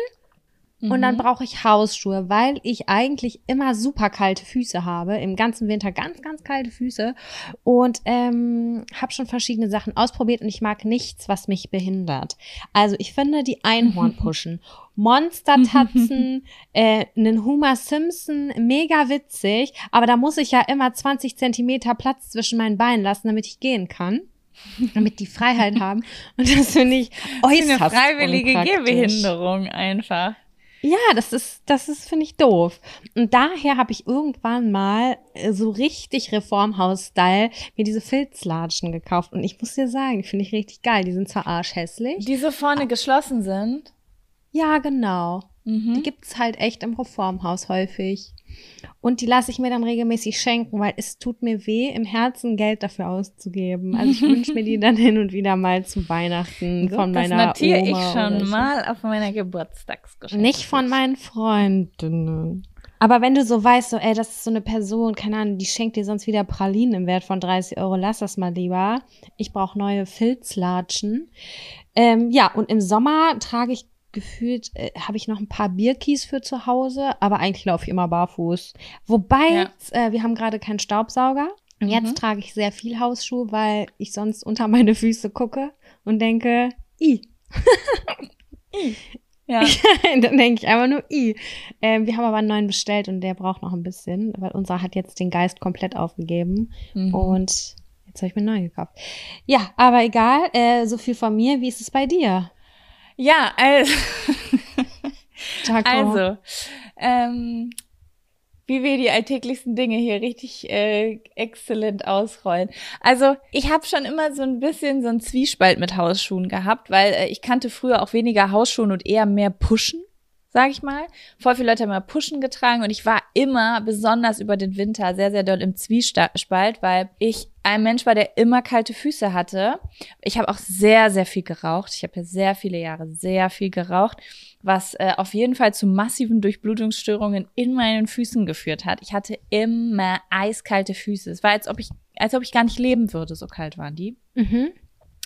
Und dann brauche ich Hausschuhe, weil ich eigentlich immer super kalte Füße habe, im ganzen Winter ganz, ganz kalte Füße und ähm, habe schon verschiedene Sachen ausprobiert und ich mag nichts, was mich behindert. Also ich finde die Einhornpuschen, Monster-Tatzen, äh, einen Homer Simpson, mega witzig, aber da muss ich ja immer zwanzig Zentimeter Platz zwischen meinen Beinen lassen, damit ich gehen kann. Damit die Freiheit haben. Und das finde ich äußerst eine freiwillige unpraktisch. Gehbehinderung einfach. Ja, das ist, das ist, finde ich, doof. Und daher habe ich irgendwann mal äh, so richtig Reformhaus-Style mir diese Filzlatschen gekauft. Und ich muss dir sagen, die finde ich richtig geil. Die sind zwar arschhässlich. Die so vorne geschlossen sind. Ja, genau. Mhm. Die gibt's halt echt im Reformhaus häufig. Und die lasse ich mir dann regelmäßig schenken, weil es tut mir weh, im Herzen Geld dafür auszugeben. Also ich wünsche mir die dann hin und wieder mal zu Weihnachten So, von das meiner notiere Oma. ich schon oder so. mal auf meiner Geburtstagsgeschichte. Nicht von meinen Freundinnen. Aber wenn du so weißt, so, ey, das ist so eine Person, keine Ahnung, die schenkt dir sonst wieder Pralinen im Wert von dreißig Euro, lass das mal lieber. Ich brauche neue Filzlatschen. Ähm, ja, und im Sommer trage ich gefühlt, äh, habe ich noch ein paar Birkis für zu Hause, aber eigentlich laufe ich immer barfuß. Wobei, Ja. jetzt, äh, wir haben gerade keinen Staubsauger. Und jetzt Mhm. trage ich sehr viel Hausschuhe, weil ich sonst unter meine Füße gucke und denke, i. Ja. Dann denke ich einfach nur, i. Ähm, wir haben aber einen neuen bestellt und der braucht noch ein bisschen, weil unser hat jetzt den Geist komplett aufgegeben. Mhm. Und jetzt habe ich mir einen neuen gekauft. Ja, aber egal, äh, so viel von mir. Wie ist es bei dir? Ja, also, Jaco? also ähm, wie wir die alltäglichsten Dinge hier richtig äh, exzellent ausrollen. Also ich habe schon immer so ein bisschen so einen Zwiespalt mit Hausschuhen gehabt, weil äh, ich kannte früher auch weniger Hausschuhen und eher mehr Pushen, sag ich mal. Voll viele Leute haben immer Pushen getragen und ich war immer, besonders über den Winter, sehr, sehr doll im Zwiespalt, weil ich ein Mensch war, der immer kalte Füße hatte. Ich habe auch sehr, sehr viel geraucht. Ich habe ja sehr viele Jahre sehr viel geraucht, was äh, auf jeden Fall zu massiven Durchblutungsstörungen in meinen Füßen geführt hat. Ich hatte immer eiskalte Füße. Es war, als ob ich, als ob ich gar nicht leben würde, so kalt waren die. Mhm.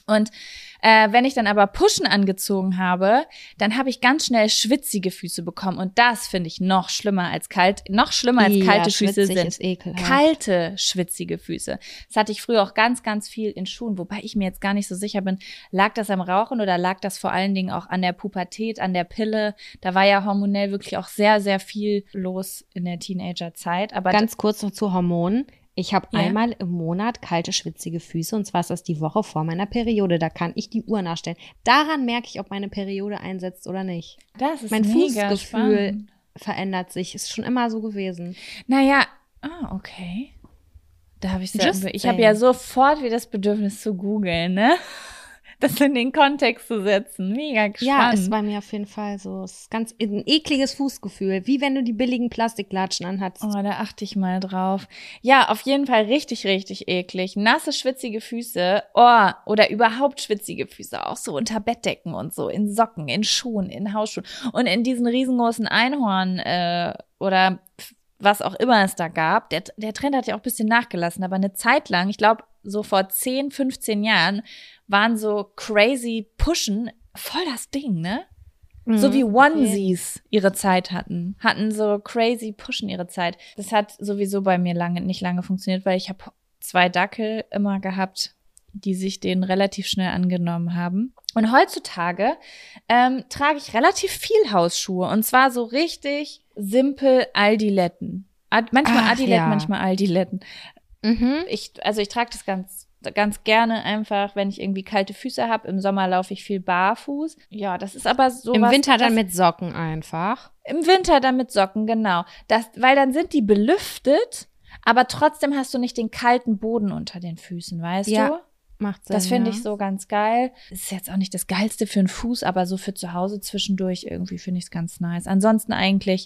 Und äh, wenn ich dann aber Pushen angezogen habe, dann habe ich ganz schnell schwitzige Füße bekommen. Und das finde ich noch schlimmer als kalt. Noch schlimmer als Ja, kalte Füße schwitzig sind ist ekelhaft. kalte, schwitzige Füße. Das hatte ich früher auch ganz, ganz viel in Schuhen, wobei ich mir jetzt gar nicht so sicher bin, lag das am Rauchen oder lag das vor allen Dingen auch an der Pubertät, an der Pille? Da war ja hormonell wirklich auch sehr, sehr viel los in der Teenagerzeit. Aber Ganz kurz noch zu Hormonen. Ich habe Ja. einmal im Monat kalte, schwitzige Füße und zwar ist das die Woche vor meiner Periode. Da kann ich die Uhr nachstellen. Daran merke ich, ob meine Periode einsetzt oder nicht. das ist Mein mega Fußgefühl spannend. verändert sich. Ist schon immer so gewesen. Naja, ah, okay. Da habe ich Just ich habe saying. ja sofort wieder das Bedürfnis zu googeln, ne? Das in den Kontext zu setzen. Mega gespannt. Ja, ist bei mir auf jeden Fall so. Es ist ganz ein ekliges Fußgefühl. Wie wenn du die billigen Plastiklatschen anhattest. Oh, da achte ich mal drauf. Ja, auf jeden Fall richtig, richtig eklig. Nasse, schwitzige Füße. Oh, oder überhaupt schwitzige Füße. Auch so unter Bettdecken und so. In Socken, in Schuhen, in Hausschuhen. Und in diesen riesengroßen Einhorn äh, oder was auch immer es da gab. Der, der Trend hat ja auch ein bisschen nachgelassen. Aber eine Zeit lang, ich glaube so vor zehn, fünfzehn Jahren, waren so crazy Pushen voll das Ding, ne? So wie Onesies ihre Zeit hatten. Hatten so crazy Pushen ihre Zeit. Das hat sowieso bei mir lange nicht lange funktioniert, weil ich habe zwei Dackel immer gehabt, die sich denen relativ schnell angenommen haben. Und heutzutage ähm, trage ich relativ viel Hausschuhe. Und zwar so richtig simpel Aldiletten. Ad, manchmal Ach, Adiletten, ja. manchmal Aldiletten. Mhm. Ich, also ich trage das ganz ganz gerne einfach, wenn ich irgendwie kalte Füße habe. Im Sommer laufe ich viel barfuß. Ja, das ist aber so Im was, Winter dann das, mit Socken einfach. Im Winter dann mit Socken, genau. Das, weil dann sind die belüftet, aber trotzdem hast du nicht den kalten Boden unter den Füßen, weißt Ja, du? Macht Sinn. Das finde ja. ich so ganz geil. Ist jetzt auch nicht das Geilste für einen Fuß, aber so für zu Hause zwischendurch irgendwie finde ich es ganz nice. Ansonsten eigentlich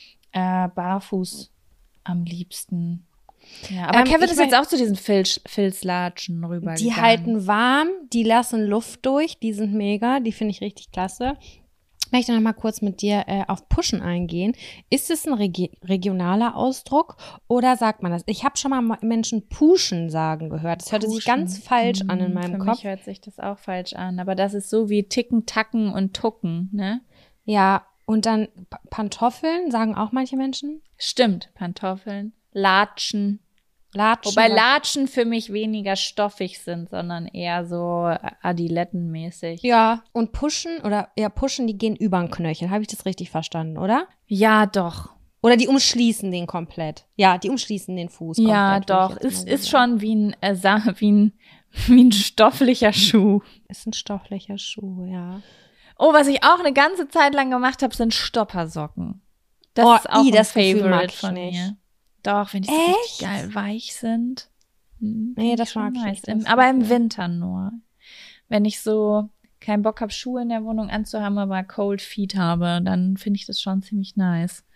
äh, barfuß am liebsten. Ja, aber Ähm, Kevin ich ist mein- jetzt auch zu diesen Filz, Filzlatschen rübergegangen. Die halten warm, die lassen Luft durch, die sind mega, die finde ich richtig klasse. Ich möchte noch mal kurz mit dir äh, auf Pushen eingehen. Ist es ein regi regionaler Ausdruck oder sagt man das? Ich habe schon mal Menschen Puschen sagen gehört. Das hörte sich Pushen. ganz falsch an in Hm, meinem Für Kopf. mich hört sich das auch falsch an, aber das ist so wie Ticken, Tacken und Tucken, ne? Ja, und dann P Pantoffeln sagen auch manche Menschen. Stimmt, Pantoffeln, Latschen. Latschen. Wobei sagt- Latschen für mich weniger stoffig sind, sondern eher so Adilettenmäßig. Ja, und Pushen oder ja, Pushen, die gehen über den Knöchel. Habe ich das richtig verstanden, oder? Ja, doch. Oder die umschließen den komplett. Ja, die umschließen den Fuß komplett. Ja, würde ich doch. jetzt Ist, mal so ist sagen. schon wie ein, äh, Sa- wie ein, wie ein stofflicher Schuh. Ist ein stofflicher Schuh, ja. Oh, was ich auch eine ganze Zeit lang gemacht habe, sind Stoppersocken. Das Oh, ist auch i, ein das Gefühl Favorite mag ich von nicht. mir. Doch, wenn die so Echt? richtig geil weich sind. Hm, Nee, find das schon mag ich nice. nicht, Im, das aber im Gefühl. Winter nur. Wenn ich so keinen Bock habe, Schuhe in der Wohnung anzuhaben, aber Cold Feet habe, dann finde ich das schon ziemlich nice.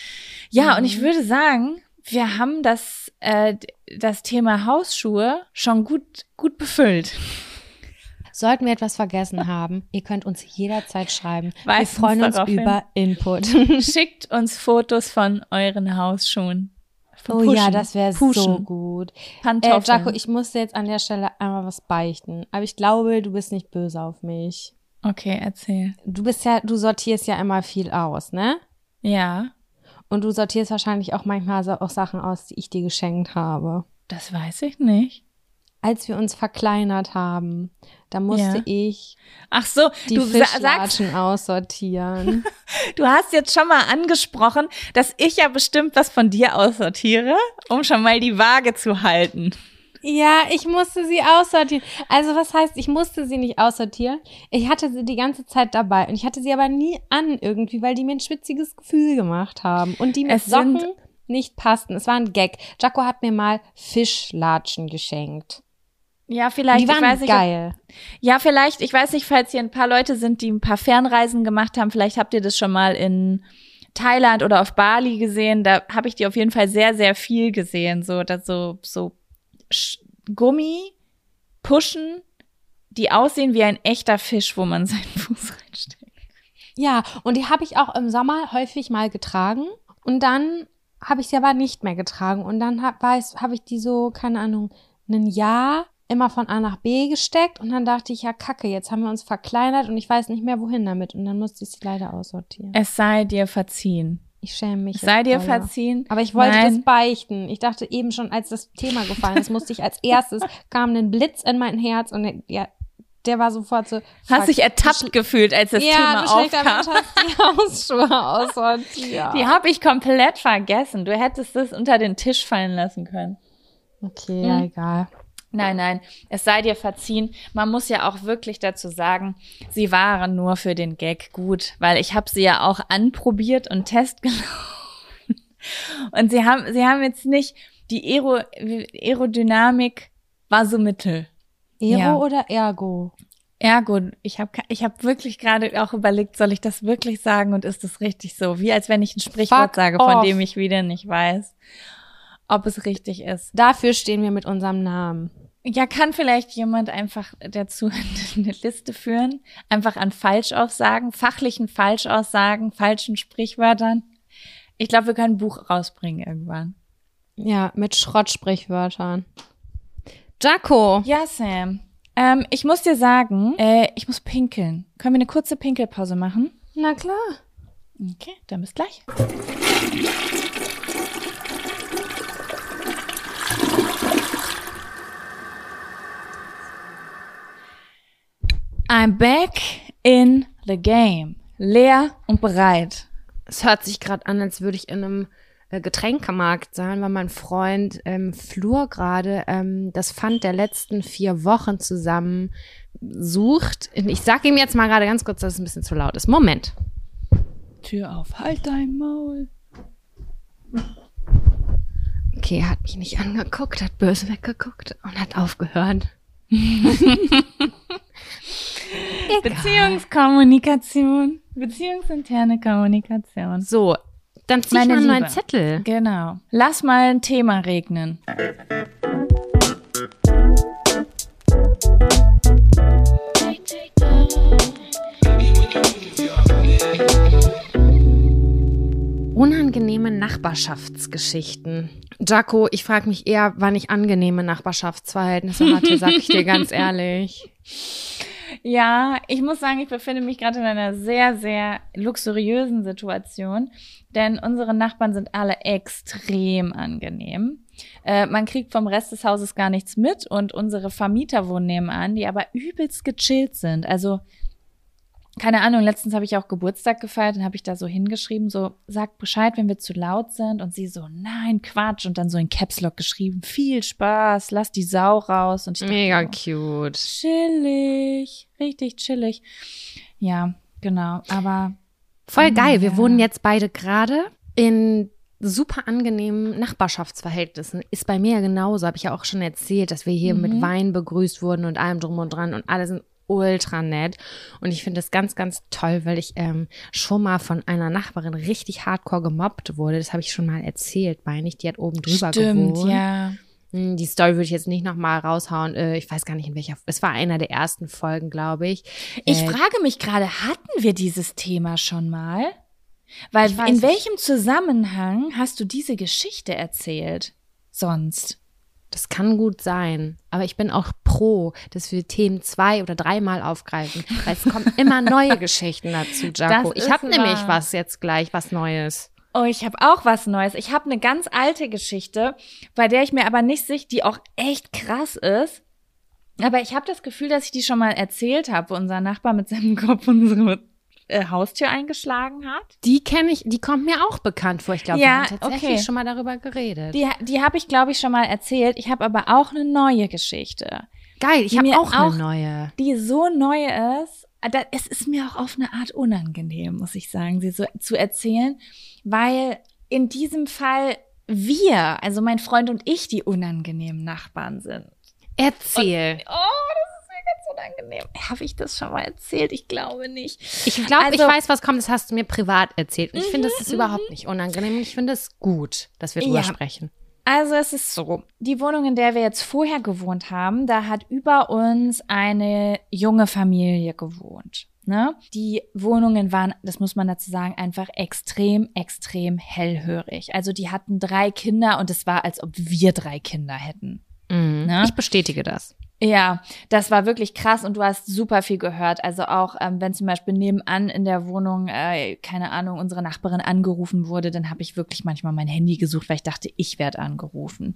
Ja, Mhm. und ich würde sagen, wir haben das, äh, das Thema Hausschuhe schon gut, gut befüllt. Sollten wir etwas vergessen haben, ihr könnt uns jederzeit schreiben. Wir Weist uns freuen uns darauf hin. über Input. Schickt uns Fotos von euren Hausschuhen. Von Oh ja, Pushen. das wäre so Pushen. gut. Äh, Pantoffeln. Jaco, ich muss dir jetzt an der Stelle einmal was beichten. Aber ich glaube, du bist nicht böse auf mich. Okay, erzähl. Du bist ja, du sortierst ja immer viel aus, ne? Ja, Und du sortierst wahrscheinlich auch manchmal so auch Sachen aus, die ich dir geschenkt habe. das weiß ich nicht. Als wir uns verkleinert haben, da musste Ja. ich Ach so, die du sa- sagst, Fischlatschen aussortieren. du hast jetzt schon mal angesprochen, dass ich ja bestimmt was von dir aussortiere, um schon mal die Waage zu halten. Ja, ich musste sie aussortieren. Also was heißt, ich musste sie nicht aussortieren? Ich hatte sie die ganze Zeit dabei und ich hatte sie aber nie an irgendwie, weil die mir ein schwitziges Gefühl gemacht haben und die mit Es sind- Socken nicht passten. Es war ein Gag. Jaco hat mir mal Fischlatschen geschenkt. Ja, vielleicht, Die waren ich weiß nicht, ob- geil. ja, vielleicht, ich weiß nicht, falls hier ein paar Leute sind, die ein paar Fernreisen gemacht haben, vielleicht habt ihr das schon mal in Thailand oder auf Bali gesehen. Da habe ich die auf jeden Fall sehr, sehr viel gesehen. So, das so, so Sch- Gummi, Pushen, die aussehen wie ein echter Fisch, wo man seinen Fuß reinsteckt. Ja, und die habe ich auch im Sommer häufig mal getragen und dann habe ich sie aber nicht mehr getragen und dann habe hab ich die so, keine Ahnung, ein Jahr immer von A nach B gesteckt und dann dachte ich, ja kacke, jetzt haben wir uns verkleinert und ich weiß nicht mehr, wohin damit. Und dann musste ich sie leider aussortieren. Es sei dir verziehen. Ich schäme mich. Es sei dir dolle. verziehen. Aber ich wollte Nein. das beichten. Ich dachte eben schon, als das Thema gefallen ist, musste ich als erstes, kam ein Blitz in mein Herz und ja, der war sofort so. Hast dich ertappt gefühlt, als das ja, Thema du schlechter aufkam. Mensch hast die Hausschuhe aussortiert. Die habe ich komplett vergessen. Du hättest das unter den Tisch fallen lassen können. Okay, ja, Hm. egal. Nein, nein, es sei dir verziehen. Man muss ja auch wirklich dazu sagen, sie waren nur für den Gag gut, weil ich habe sie ja auch anprobiert und testgelaufen. Und sie haben, sie haben jetzt nicht, die Aero, Aerodynamik war so mittel. Ero Ja. oder Ergo? Ergo, ich habe ich hab wirklich gerade auch überlegt, soll ich das wirklich sagen und ist das richtig so? Wie als wenn ich ein Sprichwort Fuck sage, von off. dem ich wieder nicht weiß, ob es richtig ist. Dafür stehen wir mit unserem Namen. Ja, kann vielleicht jemand einfach dazu eine Liste führen? Einfach an Falschaussagen, fachlichen Falschaussagen, falschen Sprichwörtern. Ich glaube, wir können ein Buch rausbringen irgendwann. Ja, mit Schrottsprichwörtern. Jaco. Ja, Sam. Ähm, ich muss dir sagen, äh, ich muss pinkeln. Können wir eine kurze Pinkelpause machen? Na klar. Okay, dann bis gleich. I'm back in the game. Leer und bereit. Es hört sich gerade an, als würde ich in einem äh, Getränkemarkt sein, weil mein Freund im Flur gerade ähm, das Pfand der letzten vier Wochen zusammen sucht. Ich sag ihm jetzt mal gerade ganz kurz, dass es ein bisschen zu laut ist. Moment. Tür auf, halt dein Maul. Okay, er hat mich nicht angeguckt, hat böse weggeguckt und hat aufgehört. Beziehungskommunikation. Beziehungsinterne Kommunikation. So, dann zieh ich Meine mal einen neuen Liebe. Zettel. Genau. Lass mal ein Thema regnen. Unangenehme Nachbarschaftsgeschichten. Jaco, ich frage mich eher, wann ich angenehme Nachbarschaftsverhältnisse hatte, sag ich dir ganz ehrlich. Ja, ich muss sagen, ich befinde mich gerade in einer sehr, sehr luxuriösen Situation, denn unsere Nachbarn sind alle extrem angenehm. Äh, man kriegt vom Rest des Hauses gar nichts mit und unsere Vermieter wohnen nebenan, die aber übelst gechillt sind. Also keine Ahnung, letztens habe ich auch Geburtstag gefeiert und habe ich da so hingeschrieben, so, sagt Bescheid, wenn wir zu laut sind. Und sie so, nein, Quatsch. Und dann so in Caps Lock geschrieben, viel Spaß, lass die Sau raus. Und ich dachte, Mega oh, cute. chillig, richtig chillig. Ja, genau, aber Voll geil. Wir Ja. wohnen jetzt beide gerade in super angenehmen Nachbarschaftsverhältnissen. Ist bei mir ja genauso. Habe ich ja auch schon erzählt, dass wir hier Mhm. mit Wein begrüßt wurden und allem drum und dran und alle sind ultra nett. Und ich finde das ganz, ganz toll, weil ich ähm, schon mal von einer Nachbarin richtig hardcore gemobbt wurde. Das habe ich schon mal erzählt, meine ich. Die hat oben drüber stimmt, gewohnt. ja. Hm, Die Story würde ich jetzt nicht nochmal raushauen. Äh, Ich weiß gar nicht, in welcher. Es war einer der ersten Folgen, glaube ich. Ich Äh, frage mich gerade, hatten wir dieses Thema schon mal? Weil Ich weiß in nicht. welchem Zusammenhang hast du diese Geschichte erzählt? Sonst. Das kann gut sein, aber ich bin auch pro, dass wir Themen zwei- oder dreimal aufgreifen, weil es kommen immer neue Geschichten dazu, Jaco. Das Ich habe ist nämlich wahr. was jetzt gleich, was Neues. Oh, ich habe auch was Neues. Ich habe eine ganz alte Geschichte, bei der ich mir aber nicht sicher, die auch echt krass ist. Aber ich habe das Gefühl, dass ich die schon mal erzählt habe, wo unser Nachbar mit seinem Kopf unsere äh, Haustür eingeschlagen hat. Die kenne ich, die kommt mir auch bekannt vor. Ich glaube, Ja, wir haben tatsächlich okay. schon mal darüber geredet. Die, die habe ich, glaube ich, schon mal erzählt. Ich habe aber auch eine neue Geschichte, Geil, ich die habe mir auch, auch- eine neue. die so neu ist. Da, es ist mir auch auf eine Art unangenehm, muss ich sagen, sie so zu erzählen, weil in diesem Fall wir, also mein Freund und ich, die unangenehmen Nachbarn sind. Erzähl. Oh, das ist mir ganz unangenehm. Habe ich das schon mal erzählt? Ich glaube nicht. Ich glaube, ich Also- weiß, was kommt. Das hast du mir privat erzählt. Und ich finde, Mhm, das ist überhaupt nicht unangenehm. Und ich finde es gut, dass wir drüber Ja. sprechen. Also es ist so, die Wohnung, in der wir jetzt vorher gewohnt haben, da hat über uns eine junge Familie gewohnt. Ne? Die Wohnungen waren, das muss man dazu sagen, einfach extrem, extrem hellhörig. Also die hatten drei Kinder und es war, als ob wir drei Kinder hätten. Mhm. Ne? Ich bestätige das. Ja, das war wirklich krass und du hast super viel gehört. Also auch, ähm, wenn zum Beispiel nebenan in der Wohnung, äh, keine Ahnung, unsere Nachbarin angerufen wurde, dann habe ich wirklich manchmal mein Handy gesucht, weil ich dachte, ich werde angerufen.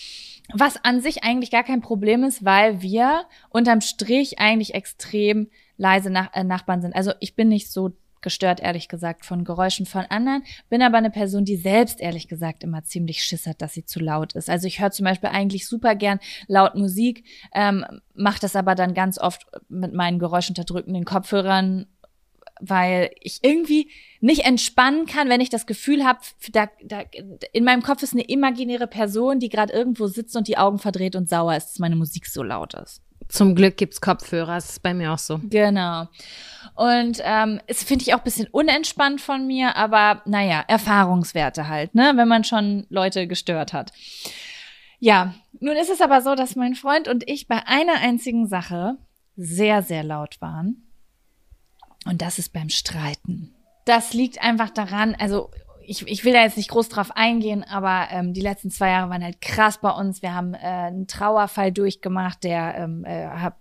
Was an sich eigentlich gar kein Problem ist, weil wir unterm Strich eigentlich extrem leise Nach- äh, Nachbarn sind. Also ich bin nicht so gestört, ehrlich gesagt, von Geräuschen von anderen, bin aber eine Person, die selbst, ehrlich gesagt, immer ziemlich Schiss hat, dass sie zu laut ist. Also ich höre zum Beispiel eigentlich super gern laut Musik, ähm, mache das aber dann ganz oft mit meinen geräuschunterdrückenden Kopfhörern, weil ich irgendwie nicht entspannen kann, wenn ich das Gefühl habe, da, da, in meinem Kopf ist eine imaginäre Person, die gerade irgendwo sitzt und die Augen verdreht und sauer ist, dass meine Musik so laut ist. Zum Glück gibt's Kopfhörer, das ist bei mir auch so. Genau. Und ähm, es finde ich auch ein bisschen unentspannt von mir, aber naja, Erfahrungswerte halt, ne, wenn man schon Leute gestört hat. Ja, nun ist es aber so, dass mein Freund und ich bei einer einzigen Sache sehr, sehr laut waren. Und das ist beim Streiten. Das liegt einfach daran, also ich, ich will da jetzt nicht groß drauf eingehen, aber ähm, die letzten zwei Jahre waren halt krass bei uns. Wir haben äh, einen Trauerfall durchgemacht, der ähm, äh, hat,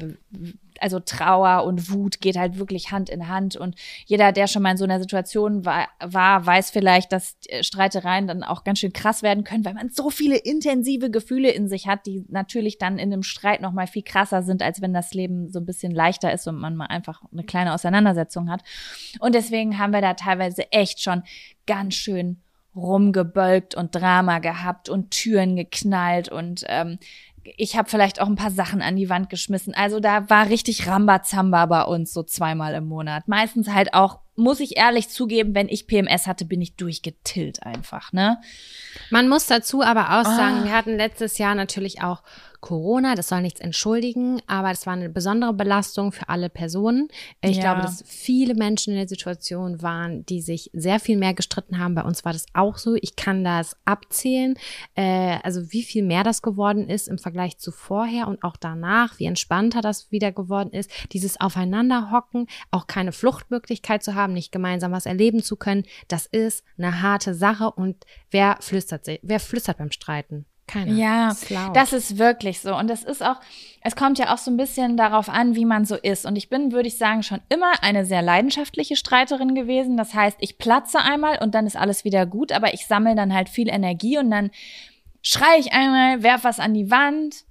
also Trauer und Wut geht halt wirklich Hand in Hand. Und jeder, der schon mal in so einer Situation war, war weiß vielleicht, dass Streitereien dann auch ganz schön krass werden können, weil man so viele intensive Gefühle in sich hat, die natürlich dann in einem Streit noch mal viel krasser sind, als wenn das Leben so ein bisschen leichter ist und man mal einfach eine kleine Auseinandersetzung hat. Und deswegen haben wir da teilweise echt schon ganz schön rumgebölkt und Drama gehabt und Türen geknallt und ähm, ich habe vielleicht auch ein paar Sachen an die Wand geschmissen. Also da war richtig Rambazamba bei uns so zweimal im Monat. Meistens halt auch, muss ich ehrlich zugeben, wenn ich P M S hatte, bin ich durchgetillt einfach, ne? Man muss dazu aber auch sagen, Oh. wir hatten letztes Jahr natürlich auch Corona, das soll nichts entschuldigen, aber das war eine besondere Belastung für alle Personen. Ich Ja. glaube, dass viele Menschen in der Situation waren, die sich sehr viel mehr gestritten haben. Bei uns war das auch so. Ich kann das abzählen, äh, also wie viel mehr das geworden ist im Vergleich zu vorher und auch danach, wie entspannter das wieder geworden ist. Dieses Aufeinanderhocken, auch keine Fluchtmöglichkeit zu haben, nicht gemeinsam was erleben zu können, das ist eine harte Sache. Und wer flüstert, wer flüstert beim Streiten? Keiner. Ja, Das ist laut. das ist wirklich so. Und es ist auch, es kommt ja auch so ein bisschen darauf an, wie man so ist. Und ich bin, würde ich sagen, schon immer eine sehr leidenschaftliche Streiterin gewesen. Das heißt, ich platze einmal und dann ist alles wieder gut, aber ich sammle dann halt viel Energie und dann schreie ich einmal, werf was an die Wand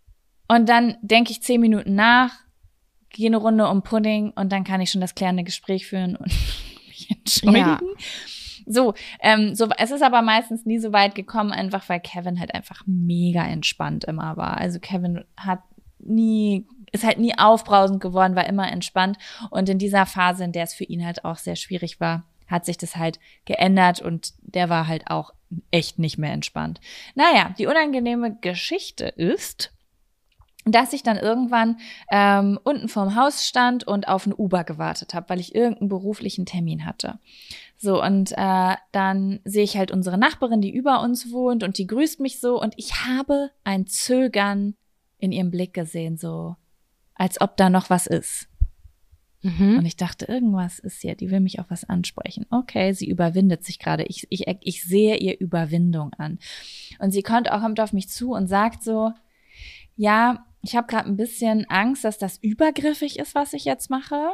und dann denke ich zehn Minuten nach, gehe eine Runde um Pudding und dann kann ich schon das klärende Gespräch führen und mich entschuldigen. Ja. So, ähm, so, es ist aber meistens nie so weit gekommen, einfach weil Kevin halt einfach mega entspannt immer war. Also Kevin hat nie, ist halt nie aufbrausend geworden, war immer entspannt. Und in dieser Phase, in der es für ihn halt auch sehr schwierig war, hat sich das halt geändert und der war halt auch echt nicht mehr entspannt. Naja, die unangenehme Geschichte ist, dass ich dann irgendwann ähm, unten vorm Haus stand und auf ein Uber gewartet habe, weil ich irgendeinen beruflichen Termin hatte. So, und äh, dann sehe ich halt unsere Nachbarin, die über uns wohnt und die grüßt mich so und ich habe ein Zögern in ihrem Blick gesehen, so als ob da noch was ist. Mhm. Und ich dachte, irgendwas ist hier, die will mich auf was ansprechen. Okay, sie überwindet sich gerade. Ich, ich, ich sehe ihr Überwindung an. Und sie kommt auch kommt auf mich zu und sagt so, ja, ich habe gerade ein bisschen Angst, dass das übergriffig ist, was ich jetzt mache.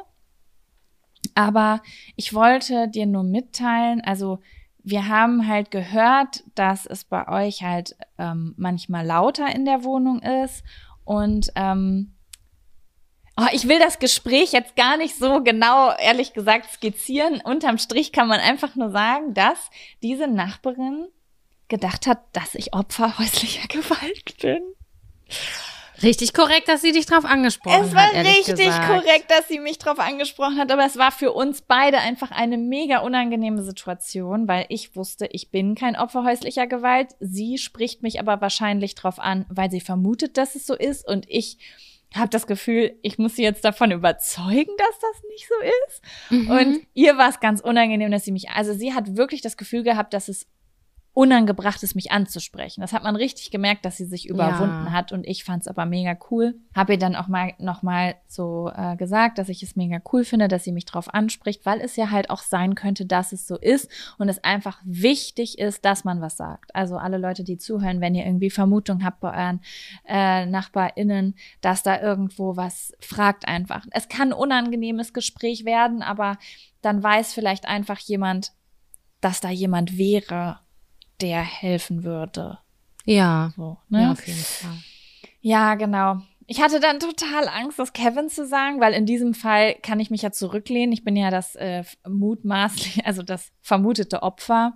Aber ich wollte dir nur mitteilen, also wir haben halt gehört, dass es bei euch halt ähm, manchmal lauter in der Wohnung ist und ähm, oh, ich will das Gespräch jetzt gar nicht so genau, ehrlich gesagt, skizzieren. Unterm Strich kann man einfach nur sagen, dass diese Nachbarin gedacht hat, dass ich Opfer häuslicher Gewalt bin. Richtig korrekt, dass sie dich drauf angesprochen hat. Es war ehrlich richtig gesagt. korrekt, dass sie mich drauf angesprochen hat, aber es war für uns beide einfach eine mega unangenehme Situation, weil ich wusste, ich bin kein Opfer häuslicher Gewalt. Sie spricht mich aber wahrscheinlich drauf an, weil sie vermutet, dass es so ist und ich habe das Gefühl, ich muss sie jetzt davon überzeugen, dass das nicht so ist. Mhm. Und ihr war es ganz unangenehm, dass sie mich, also sie hat wirklich das Gefühl gehabt, dass es unangebracht ist, mich anzusprechen. Das hat man richtig gemerkt, dass sie sich überwunden Ja. hat und ich fand es aber mega cool. Habe ihr dann auch mal nochmal so äh, gesagt, dass ich es mega cool finde, dass sie mich drauf anspricht, weil es ja halt auch sein könnte, dass es so ist und es einfach wichtig ist, dass man was sagt. Also alle Leute, die zuhören, wenn ihr irgendwie Vermutung habt bei euren äh, NachbarInnen, dass da irgendwo was, fragt einfach. Es kann ein unangenehmes Gespräch werden, aber dann weiß vielleicht einfach jemand, dass da jemand wäre, der helfen würde. Ja, So, ne? ja, auf jeden Fall. Ja, genau. Ich hatte dann total Angst, das Kevin zu sagen, weil in diesem Fall kann ich mich ja zurücklehnen. Ich bin ja das äh, mutmaßlich, also das vermutete Opfer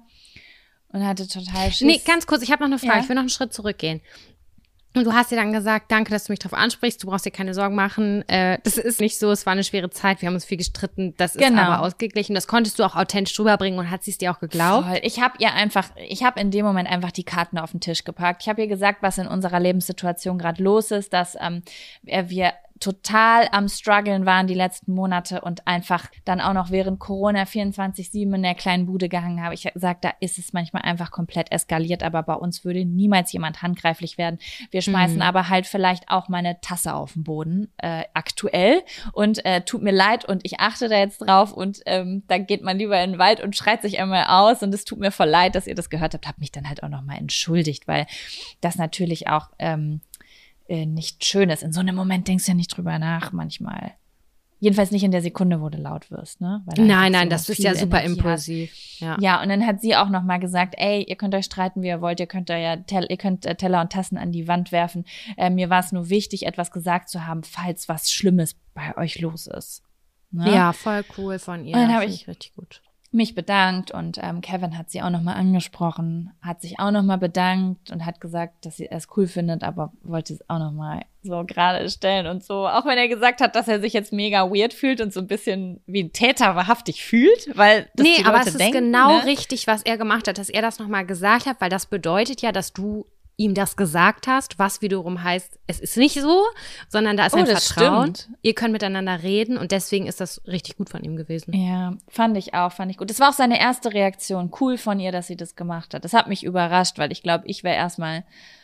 und hatte total Schiss. Nee, ganz kurz, ich habe noch eine Frage. Ja. Ich will noch einen Schritt zurückgehen. Und du hast dir dann gesagt, danke, dass du mich drauf ansprichst, du brauchst dir keine Sorgen machen. Äh, das ist nicht so, es war eine schwere Zeit, wir haben uns viel gestritten, das ist Genau. aber ausgeglichen. Das konntest du auch authentisch rüberbringen und hat sie es dir auch geglaubt? Voll. Ich habe ihr einfach, ich habe in dem Moment einfach die Karten auf den Tisch gepackt. Ich habe ihr gesagt, was in unserer Lebenssituation gerade los ist, dass ähm, wir total am struggeln waren die letzten Monate und einfach dann auch noch während Corona vierundzwanzig sieben in der kleinen Bude gehangen habe. Ich habe gesagt, da ist es manchmal einfach komplett eskaliert, aber bei uns würde niemals jemand handgreiflich werden. Wir schmeißen Mhm. aber halt vielleicht auch mal eine Tasse auf den Boden, äh, aktuell, und äh, tut mir leid und ich achte da jetzt drauf und ähm, dann geht man lieber in den Wald und schreit sich einmal aus und es tut mir voll leid, dass ihr das gehört habt, habe mich dann halt auch nochmal entschuldigt, weil das natürlich auch ähm, nicht schön ist. In so einem Moment denkst du ja nicht drüber nach manchmal. Jedenfalls nicht in der Sekunde, wo du laut wirst, ne? Weil Nein, einfach nein, so das ist viel ja super Energie impulsiv. hast. Ja. Ja, und dann hat sie auch noch mal gesagt, ey, ihr könnt euch streiten, wie ihr wollt, ihr könnt euer Tell- ihr könnt äh, Teller und Tassen an die Wand werfen. Äh, mir war es nur wichtig, etwas gesagt zu haben, falls was Schlimmes bei euch los ist. Ne? Ja, voll cool von ihr. Und dann hab Find ich- richtig gut. mich bedankt und ähm, Kevin hat sie auch nochmal angesprochen, hat sich auch nochmal bedankt und hat gesagt, dass sie es cool findet, aber wollte es auch nochmal so gerade stellen und so. Auch wenn er gesagt hat, dass er sich jetzt mega weird fühlt und so ein bisschen wie ein Täter wahrhaftig fühlt, weil das Nee, die aber Leute es ist denken, genau ne? richtig, was er gemacht hat, dass er das nochmal gesagt hat, weil das bedeutet ja, dass du ihm das gesagt hast, was wiederum heißt, es ist nicht so, sondern da ist Oh, ein das Vertrauen. stimmt. Ihr könnt miteinander reden und deswegen ist das richtig gut von ihm gewesen. Ja, fand ich auch, fand ich gut. Das war auch seine erste Reaktion. Cool von ihr, dass sie das gemacht hat. Das hat mich überrascht, weil ich glaube, ich wäre erstmal,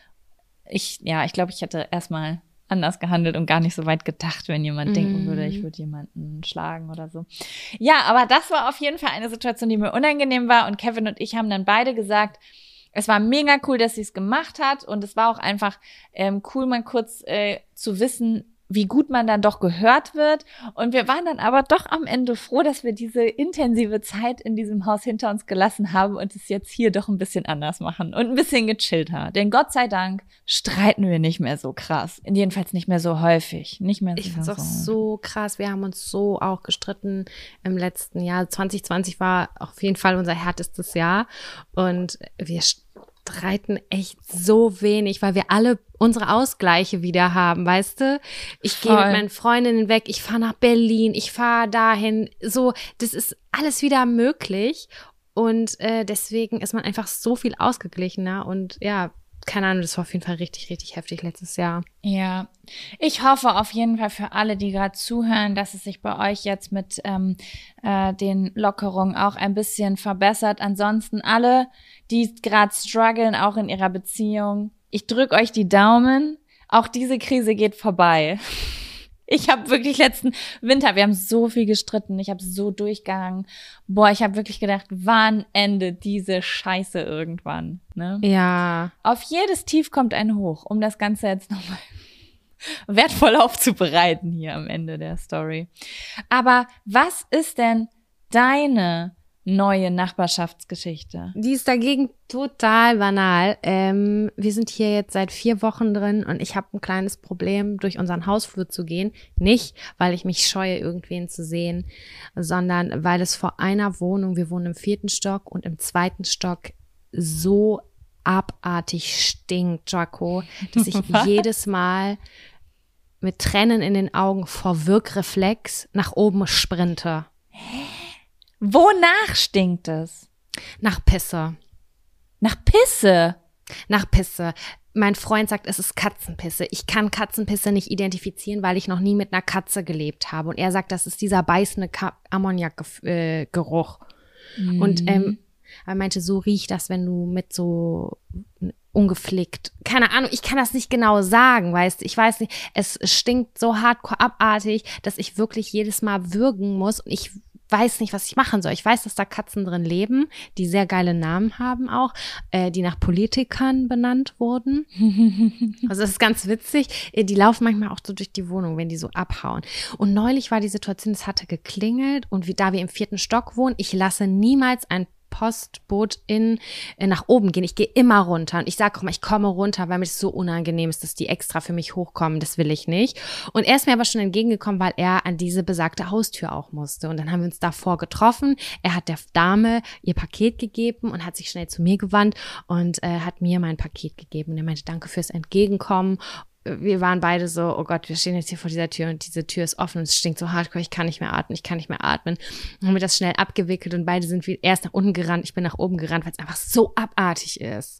ich, ja, ich glaube, ich hätte erstmal anders gehandelt und gar nicht so weit gedacht, wenn jemand Mhm. denken würde, ich würde jemanden schlagen oder so. Ja, aber das war auf jeden Fall eine Situation, die mir unangenehm war und Kevin und ich haben dann beide gesagt, es war mega cool, dass sie es gemacht hat und es war auch einfach ähm, cool, mal kurz äh, zu wissen, wie gut man dann doch gehört wird. Und wir waren dann aber doch am Ende froh, dass wir diese intensive Zeit in diesem Haus hinter uns gelassen haben und es jetzt hier doch ein bisschen anders machen und ein bisschen gechillter. Denn Gott sei Dank streiten wir nicht mehr so krass. Jedenfalls nicht mehr so häufig. Nicht mehr Ich so. find's auch so krass. Wir haben uns so auch gestritten im letzten Jahr. zwanzig zwanzig war auf jeden Fall unser härtestes Jahr. Und wir streiten echt so wenig, weil wir alle unsere Ausgleiche wieder haben, weißt du? Ich gehe Voll. mit meinen Freundinnen weg, ich fahre nach Berlin, ich fahre dahin. So, das ist alles wieder möglich. Und äh, deswegen ist man einfach so viel ausgeglichener. Und ja, keine Ahnung, das war auf jeden Fall richtig, richtig heftig letztes Jahr. Ja, ich hoffe auf jeden Fall für alle, die gerade zuhören, dass es sich bei euch jetzt mit ähm, äh, den Lockerungen auch ein bisschen verbessert. Ansonsten alle, die gerade strugglen, auch in ihrer Beziehung, ich drücke euch die Daumen. Auch diese Krise geht vorbei. Ich habe wirklich letzten Winter, wir haben so viel gestritten, ich habe so durchgehangen. Boah, ich habe wirklich gedacht, wann endet diese Scheiße irgendwann, ne? Ja. Auf jedes Tief kommt ein Hoch, um das Ganze jetzt nochmal wertvoll aufzubereiten hier am Ende der Story. Aber was ist denn deine neue Nachbarschaftsgeschichte? Die ist dagegen total banal. Ähm, wir sind hier jetzt seit vier Wochen drin und ich habe ein kleines Problem, durch unseren Hausflur zu gehen. Nicht, weil ich mich scheue, irgendwen zu sehen, sondern weil es vor einer Wohnung, wir wohnen im vierten Stock und im zweiten Stock so abartig stinkt, Jaco, dass ich Was? jedes Mal mit Tränen in den Augen vor Wirkreflex nach oben sprinte. Wonach stinkt es? Nach Pisse. Nach Pisse. Nach Pisse. Mein Freund sagt, es ist Katzenpisse. Ich kann Katzenpisse nicht identifizieren, weil ich noch nie mit einer Katze gelebt habe. Und er sagt, das ist dieser beißende Ka- Ammoniakgeruch. Und ähm, Aber er meinte, so riecht das, wenn du mit so ungepflegt, keine Ahnung, ich kann das nicht genau sagen, weißt du, ich weiß nicht, es stinkt so hardcore abartig, dass ich wirklich jedes Mal würgen muss und ich weiß nicht, was ich machen soll. Ich weiß, dass da Katzen drin leben, die sehr geile Namen haben auch, äh, die nach Politikern benannt wurden. Also das ist ganz witzig. Die laufen manchmal auch so durch die Wohnung, wenn die so abhauen. Und neulich war die Situation, es hatte geklingelt und wie, da wir im vierten Stock wohnen, ich lasse niemals ein Postboot in, in nach oben gehen. Ich gehe immer runter und ich sage auch mal, ich komme runter, weil mir das so unangenehm ist, dass die extra für mich hochkommen. Das will ich nicht. Und er ist mir aber schon entgegengekommen, weil er an diese besagte Haustür auch musste. Und dann haben wir uns davor getroffen. Er hat der Dame ihr Paket gegeben und hat sich schnell zu mir gewandt und äh, hat mir mein Paket gegeben. Und er meinte, danke fürs Entgegenkommen. Wir waren beide so, oh Gott, wir stehen jetzt hier vor dieser Tür und diese Tür ist offen und es stinkt so hardcore, ich kann nicht mehr atmen, ich kann nicht mehr atmen. Dann haben wir das schnell abgewickelt und beide sind wie erst nach unten gerannt, ich bin nach oben gerannt, weil es einfach so abartig ist.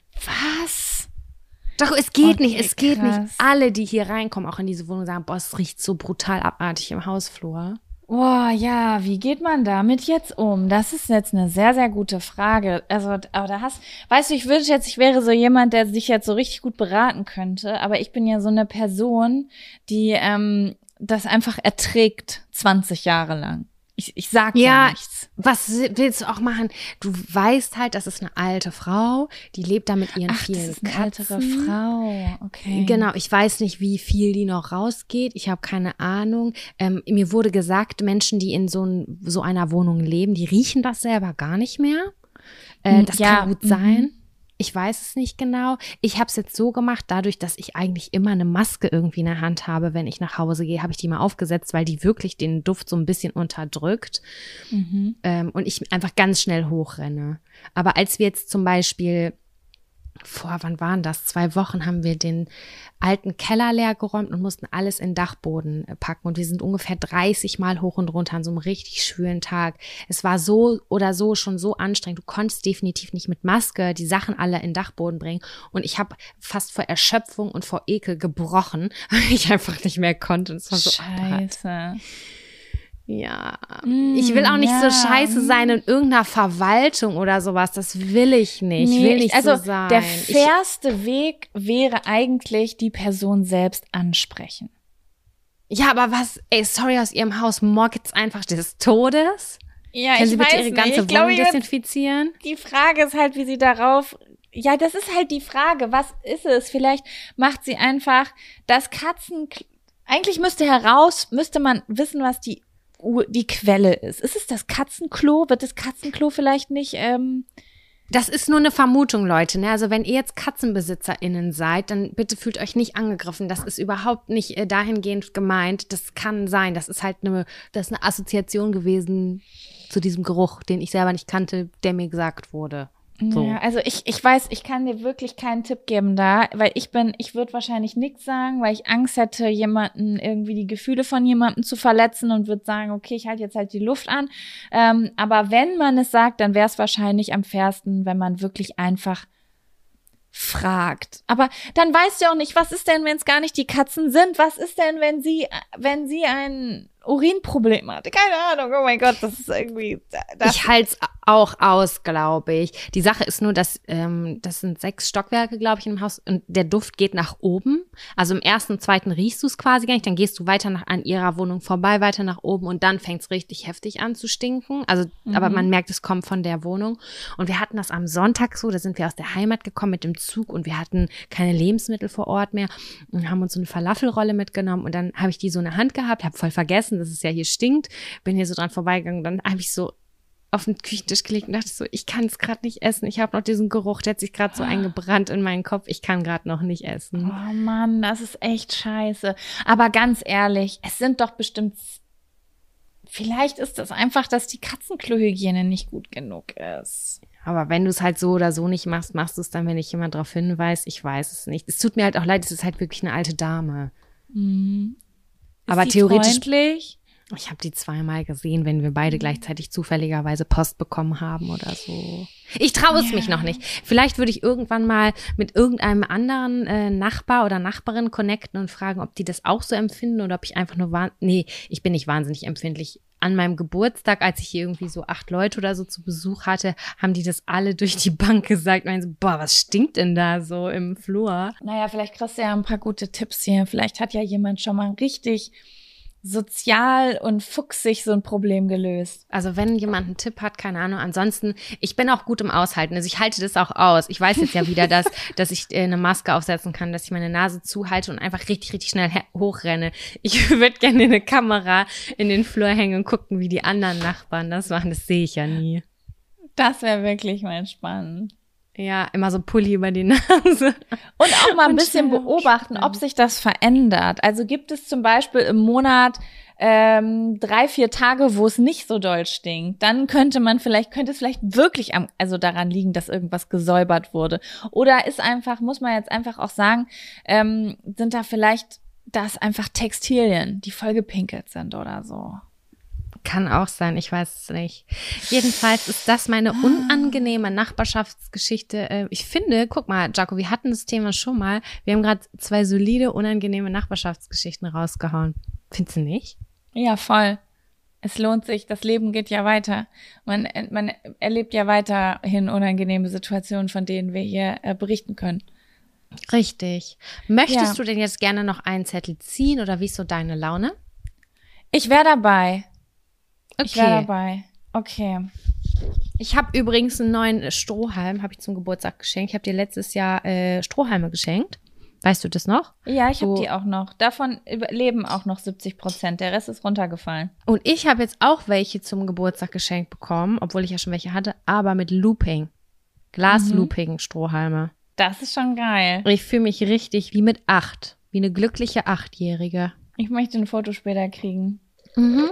Was? Doch, es geht Okay, nicht, es geht krass. nicht. Alle, die hier reinkommen, auch in diese Wohnung, sagen, boah, es riecht so brutal abartig im Hausflur. Boah, ja, wie geht man damit jetzt um? Das ist jetzt eine sehr, sehr gute Frage. Also, aber da hast, weißt du, ich wünsche jetzt, ich wäre so jemand, der sich jetzt so richtig gut beraten könnte, aber ich bin ja so eine Person, die ähm, das einfach erträgt zwanzig Jahre lang. Ich, ich sag ja, Ja, nichts. was willst du auch machen? Du weißt halt, das ist eine alte Frau, die lebt da mit ihren Ach, vielen das ist eine Katzen. ältere Frau. Okay. Genau, ich weiß nicht, wie viel die noch rausgeht. Ich habe keine Ahnung. Ähm, mir wurde gesagt, Menschen, die in so, ein, so einer Wohnung leben, die riechen das selber gar nicht mehr. Äh, das Ja, kann gut mhm. sein. Ich weiß es nicht genau. Ich habe es jetzt so gemacht, dadurch, dass ich eigentlich immer eine Maske irgendwie in der Hand habe, wenn ich nach Hause gehe, habe ich die mal aufgesetzt, weil die wirklich den Duft so ein bisschen unterdrückt. Mhm. Ähm, und ich einfach ganz schnell hochrenne. Aber als wir jetzt zum Beispiel vor, wann waren das? Zwei Wochen haben wir den alten Keller leer geräumt und mussten alles in den Dachboden packen. Und wir sind ungefähr dreißig Mal hoch und runter an so einem richtig schwülen Tag. Es war so oder so schon so anstrengend. Du konntest definitiv nicht mit Maske die Sachen alle in den Dachboden bringen. Und ich habe fast vor Erschöpfung und vor Ekel gebrochen, weil ich einfach nicht mehr konnte. Und es war so abartig. Scheiße. Ja, Mm, ich will auch nicht ja. so scheiße sein in irgendeiner Verwaltung oder sowas. Das will ich nicht. Ich Nee, will nicht also so sein. der ich, fairste Weg wäre eigentlich die Person selbst ansprechen. ja, aber was, ey, sorry, aus ihrem Haus morgens einfach des Todes? Ja, Können Sie bitte Ihre ganze Wohnung desinfizieren? Die Frage ist halt, wie sie darauf, ja, das ist halt die Frage, was ist es? Vielleicht macht sie einfach das Katzen, eigentlich müsste heraus, müsste man wissen, was die die Quelle ist. Ist es das Katzenklo? Wird das Katzenklo vielleicht nicht, ähm Das ist nur eine Vermutung, Leute. Ne? Also wenn ihr jetzt KatzenbesitzerInnen seid, dann bitte fühlt euch nicht angegriffen. Das ist überhaupt nicht äh, dahingehend gemeint. Das kann sein. Das ist halt eine, das ist eine Assoziation gewesen zu diesem Geruch, den ich selber nicht kannte, der mir gesagt wurde. So. Ja, also ich, ich weiß, ich kann dir wirklich keinen Tipp geben da, weil ich bin, ich würde wahrscheinlich nichts sagen, weil ich Angst hätte, jemanden irgendwie die Gefühle von jemandem zu verletzen und würde sagen, okay, ich halte jetzt halt die Luft an. Ähm, aber wenn man es sagt, dann wäre es wahrscheinlich am fairsten, wenn man wirklich einfach fragt. Aber dann weißt du auch nicht, was ist denn, wenn es gar nicht die Katzen sind? Was ist denn, wenn sie, wenn sie ein Urinproblem hat? Keine Ahnung, oh mein Gott, das ist irgendwie... Das Ich halte es auch aus, glaube ich. Die Sache ist nur, dass ähm, das sind sechs Stockwerke, glaube ich, im Haus und der Duft geht nach oben. Also im ersten, zweiten riechst du es quasi gar nicht, dann gehst du weiter nach, an ihrer Wohnung vorbei, weiter nach oben und dann fängt es richtig heftig an zu stinken. Also, mhm. aber man merkt, es kommt von der Wohnung. Und wir hatten das am Sonntag so, da sind wir aus der Heimat gekommen mit dem Zug und wir hatten keine Lebensmittel vor Ort mehr und haben uns so eine Falafelrolle mitgenommen und dann habe ich die so in der Hand gehabt, habe voll vergessen, dass es ja hier stinkt, bin hier so dran vorbeigegangen, dann habe ich so auf den Küchentisch gelegt und dachte so, ich kann es gerade nicht essen. Ich habe noch diesen Geruch, der hat sich gerade so eingebrannt in meinen Kopf. Ich kann gerade noch nicht essen. Oh Mann, das ist echt scheiße. Aber ganz ehrlich, es sind doch bestimmt, vielleicht ist das einfach, dass die Katzenklohygiene nicht gut genug ist. Aber wenn du es halt so oder so nicht machst, machst du es dann, wenn dich jemand darauf hinweist. Ich weiß es nicht. Es tut mir halt auch leid, es ist halt wirklich eine alte Dame. Mhm. Ist Aber die theoretisch. Freundlich? Ich habe die zweimal gesehen, wenn wir beide gleichzeitig zufälligerweise Post bekommen haben oder so. Ich traue es Ja. mich noch nicht. Vielleicht würde ich irgendwann mal mit irgendeinem anderen äh, Nachbar oder Nachbarin connecten und fragen, ob die das auch so empfinden oder ob ich einfach nur wahn- nee, ich bin nicht wahnsinnig empfindlich. an meinem Geburtstag, als ich hier irgendwie so acht Leute oder so zu Besuch hatte, haben die das alle durch die Bank gesagt. Und ich so, boah, was stinkt denn da so im Flur? Naja, vielleicht kriegst du ja ein paar gute Tipps hier. Vielleicht hat ja jemand schon mal richtig sozial und fuchsig so ein Problem gelöst. Also wenn jemand einen Tipp hat, keine Ahnung. Ansonsten, ich bin auch gut im Aushalten. Also ich halte das auch aus. Ich weiß jetzt ja wieder, dass, dass ich äh, eine Maske aufsetzen kann, dass ich meine Nase zuhalte und einfach richtig, richtig schnell hochrenne. Ich würde gerne eine Kamera in den Flur hängen und gucken, wie die anderen Nachbarn das machen. Das sehe ich ja nie. Das wäre wirklich mal spannend. Ja, immer so Pulli über die Nase. Und auch mal ein Und bisschen schnell beobachten, ob sich das verändert. Also gibt es zum Beispiel im Monat ähm, drei, vier Tage, wo es nicht so doll stinkt. Dann könnte man vielleicht, könnte es vielleicht wirklich am, also daran liegen, dass irgendwas gesäubert wurde. Oder ist einfach, muss man jetzt einfach auch sagen, ähm, sind da vielleicht, das einfach Textilien, die vollgepinkelt sind oder so. Kann auch sein, ich weiß es nicht. Jedenfalls ist das meine unangenehme Nachbarschaftsgeschichte. Ich finde, guck mal, Jaco, wir hatten das Thema schon mal. Wir haben gerade zwei solide, unangenehme Nachbarschaftsgeschichten rausgehauen. Findest du nicht? Ja, voll. Es lohnt sich, das Leben geht ja weiter. Man, man erlebt ja weiterhin unangenehme Situationen, von denen wir hier äh, berichten können. Richtig. Möchtest Ja. du denn jetzt gerne noch einen Zettel ziehen oder wie ist so deine Laune? Ich wäre dabei. Okay. Ich wäre dabei. Okay. Ich habe übrigens einen neuen Strohhalm, habe ich zum Geburtstag geschenkt. Ich habe dir letztes Jahr äh, Strohhalme geschenkt. Weißt du das noch? Ja, ich habe So. die auch noch. Davon leben auch noch siebzig Prozent. Der Rest ist runtergefallen. Und ich habe jetzt auch welche zum Geburtstag geschenkt bekommen, obwohl ich ja schon welche hatte, aber mit Looping. Glas-Looping-Strohhalme. Das ist schon geil. Ich fühle mich richtig wie mit acht. Wie eine glückliche Achtjährige. Ich möchte ein Foto später kriegen. Mhm.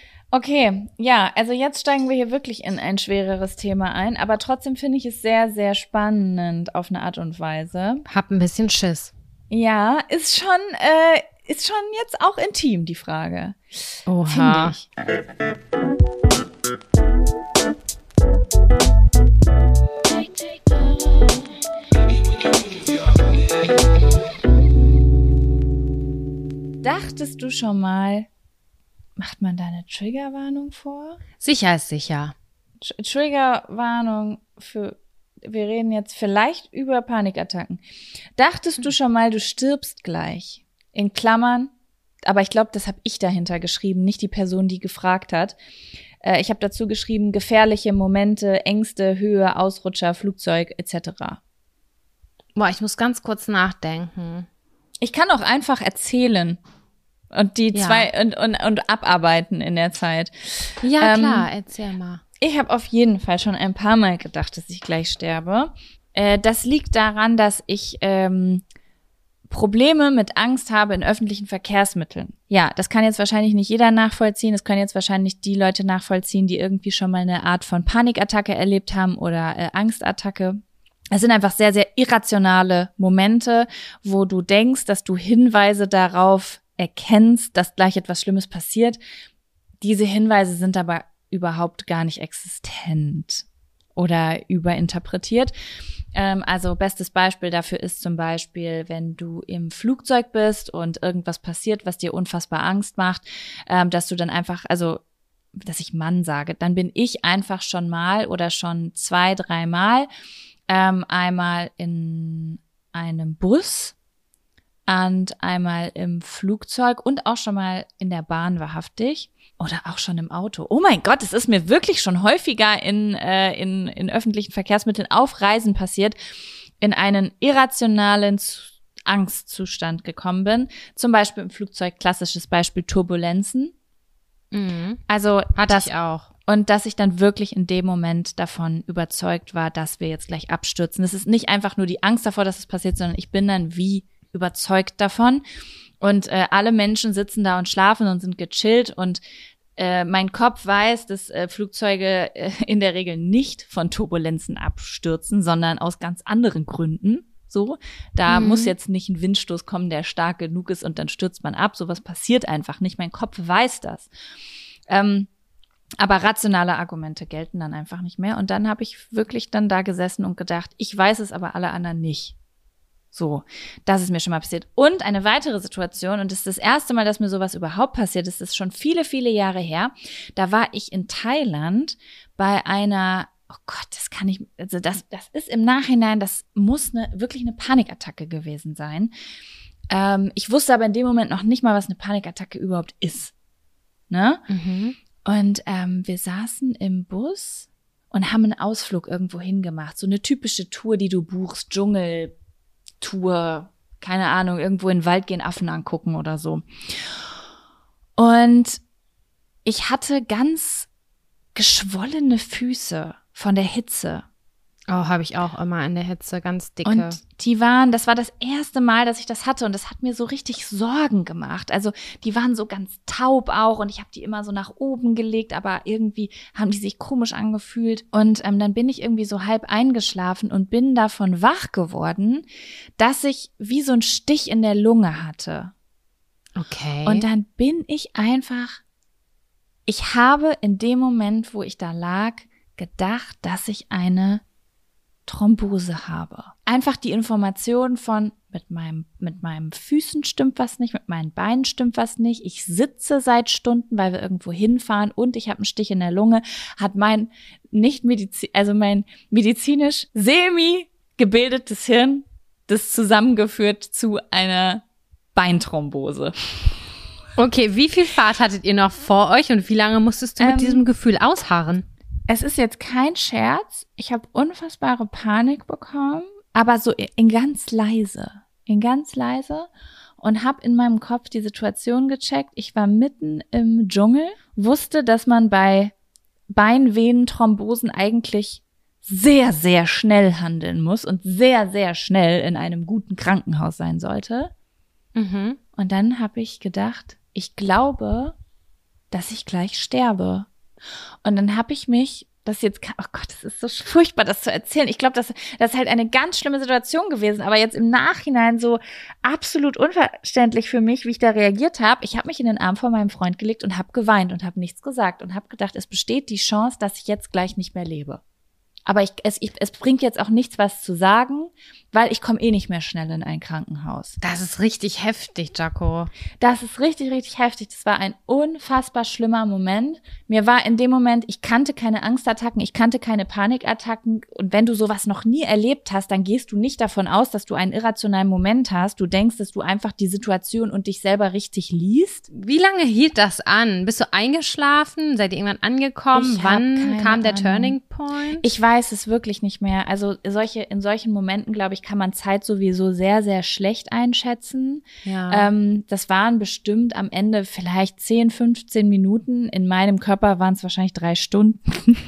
Okay, ja, also jetzt steigen wir hier wirklich in ein schwereres Thema ein, aber trotzdem finde ich es sehr, sehr spannend auf eine Art und Weise. Hab ein bisschen Schiss. Ja, ist schon, äh, ist schon jetzt auch intim, die Frage. Oha. Finde ich. Dachtest du schon mal, macht man da eine Triggerwarnung vor? Sicher ist sicher. Tr- Triggerwarnung für, wir reden jetzt vielleicht über Panikattacken. Dachtest du schon mal, du stirbst gleich? In Klammern, aber ich glaube, das habe ich dahinter geschrieben, nicht die Person, die gefragt hat. Äh, ich habe dazu geschrieben, gefährliche Momente, Ängste, Höhe, Ausrutscher, Flugzeug et cetera. Boah, ich muss ganz kurz nachdenken. Ich kann auch einfach erzählen und die Ja. zwei und, und, und abarbeiten in der Zeit. Ja, Ähm, klar, erzähl mal. Ich habe auf jeden Fall schon ein paar Mal gedacht, dass ich gleich sterbe. Äh, das liegt daran, dass ich ähm, Probleme mit Angst habe in öffentlichen Verkehrsmitteln. Ja, das kann jetzt wahrscheinlich nicht jeder nachvollziehen. Das können jetzt wahrscheinlich die Leute nachvollziehen, die irgendwie schon mal eine Art von Panikattacke erlebt haben oder äh, Angstattacke. Es sind einfach sehr, sehr irrationale Momente, wo du denkst, dass du Hinweise darauf erkennst, dass gleich etwas Schlimmes passiert. Diese Hinweise sind aber überhaupt gar nicht existent oder überinterpretiert. Ähm, also bestes Beispiel dafür ist zum Beispiel, wenn du im Flugzeug bist und irgendwas passiert, was dir unfassbar Angst macht, ähm, dass du dann einfach, also dass ich Mann sage, dann bin ich einfach schon mal oder schon zwei, dreimal ähm, einmal in einem Bus und einmal im Flugzeug und auch schon mal in der Bahn wahrhaftig. Oder auch schon im Auto. Oh mein Gott, es ist mir wirklich schon häufiger in, äh, in, in öffentlichen Verkehrsmitteln auf Reisen passiert, in einen irrationalen Z- Angstzustand gekommen bin. Zum Beispiel im Flugzeug, klassisches Beispiel Turbulenzen. Mhm. Also Hatte das ich auch. und dass ich dann wirklich in dem Moment davon überzeugt war, dass wir jetzt gleich abstürzen. Es ist nicht einfach nur die Angst davor, dass es passiert, sondern ich bin dann wie überzeugt davon. Und äh, alle Menschen sitzen da und schlafen und sind gechillt und äh, mein Kopf weiß, dass äh, Flugzeuge äh, in der Regel nicht von Turbulenzen abstürzen, sondern aus ganz anderen Gründen. So, da Mhm. muss jetzt nicht ein Windstoß kommen, der stark genug ist und dann stürzt man ab. Sowas passiert einfach nicht. Mein Kopf weiß das. Ähm, aber rationale Argumente gelten dann einfach nicht mehr. Und dann habe ich wirklich dann da gesessen und gedacht, ich weiß es, aber alle anderen nicht. So, das ist mir schon mal passiert. Und eine weitere Situation, und das ist das erste Mal, dass mir sowas überhaupt passiert ist, das ist schon viele, viele Jahre her. Da war ich in Thailand bei einer, oh Gott, das kann ich, also das, das ist im Nachhinein, das muss eine, wirklich eine Panikattacke gewesen sein. Ähm, ich wusste aber in dem Moment noch nicht mal, was eine Panikattacke überhaupt ist. Ne? Mhm. Und ähm, wir saßen im Bus und haben einen Ausflug irgendwo hingemacht. So eine typische Tour, die du buchst, Dschungel, Tour, keine Ahnung, irgendwo in den Wald gehen, Affen angucken oder so. Und ich hatte ganz geschwollene Füße von der Hitze. Oh, habe ich auch immer in der Hitze, ganz dicke. Und die waren, das war das erste Mal, dass ich das hatte und das hat mir so richtig Sorgen gemacht. Also die waren so ganz taub auch und ich habe die immer so nach oben gelegt, aber irgendwie haben die sich komisch angefühlt. Und ähm, dann bin ich irgendwie so halb eingeschlafen und bin davon wach geworden, dass ich wie so einen Stich in der Lunge hatte. Okay. Und dann bin ich einfach, ich habe in dem Moment, wo ich da lag, gedacht, dass ich eine Thrombose habe. Einfach die Information von, mit meinem, mit meinen Füßen stimmt was nicht, mit meinen Beinen stimmt was nicht, ich sitze seit Stunden, weil wir irgendwo hinfahren und ich habe einen Stich in der Lunge, hat mein nicht medizin, also mein medizinisch semi gebildetes Hirn das zusammengeführt zu einer Beinthrombose. Okay, wie viel Fahrt hattet ihr noch vor euch und wie lange musstest du Ähm, mit diesem Gefühl ausharren? Es ist jetzt kein Scherz. Ich habe unfassbare Panik bekommen, aber so in ganz leise, in ganz leise und habe in meinem Kopf die Situation gecheckt. Ich war mitten im Dschungel, wusste, dass man bei Beinvenenthrombosen eigentlich sehr, sehr schnell handeln muss und sehr, sehr schnell in einem guten Krankenhaus sein sollte. Mhm. Und dann habe ich gedacht, ich glaube, dass ich gleich sterbe. Und dann habe ich mich, das jetzt, oh Gott, das ist so furchtbar, das zu erzählen. Ich glaube, das, das ist halt eine ganz schlimme Situation gewesen, aber jetzt im Nachhinein so absolut unverständlich für mich, wie ich da reagiert habe. Ich habe mich in den Arm von meinem Freund gelegt und habe geweint und habe nichts gesagt und habe gedacht, es besteht die Chance, dass ich jetzt gleich nicht mehr lebe. Aber ich, es, ich, es bringt jetzt auch nichts, was zu sagen, weil ich komme eh nicht mehr schnell in ein Krankenhaus. Das ist richtig heftig, Jaco. Das ist richtig, richtig heftig. Das war ein unfassbar schlimmer Moment. Mir war in dem Moment, ich kannte keine Angstattacken, ich kannte keine Panikattacken. Und wenn du sowas noch nie erlebt hast, dann gehst du nicht davon aus, dass du einen irrationalen Moment hast. Du denkst, dass du einfach die Situation und dich selber richtig liest. Wie lange hielt das an? Bist du eingeschlafen? Seid ihr irgendwann angekommen? Ich hab Wann keine kam der Ahnung. Turning Point? Ich weiß es wirklich nicht mehr. Also solche, in solchen Momenten, glaube ich, kann man Zeit sowieso sehr, sehr schlecht einschätzen. Ja. Ähm, das waren bestimmt am Ende vielleicht zehn, fünfzehn Minuten. In meinem Körper waren es wahrscheinlich drei Stunden.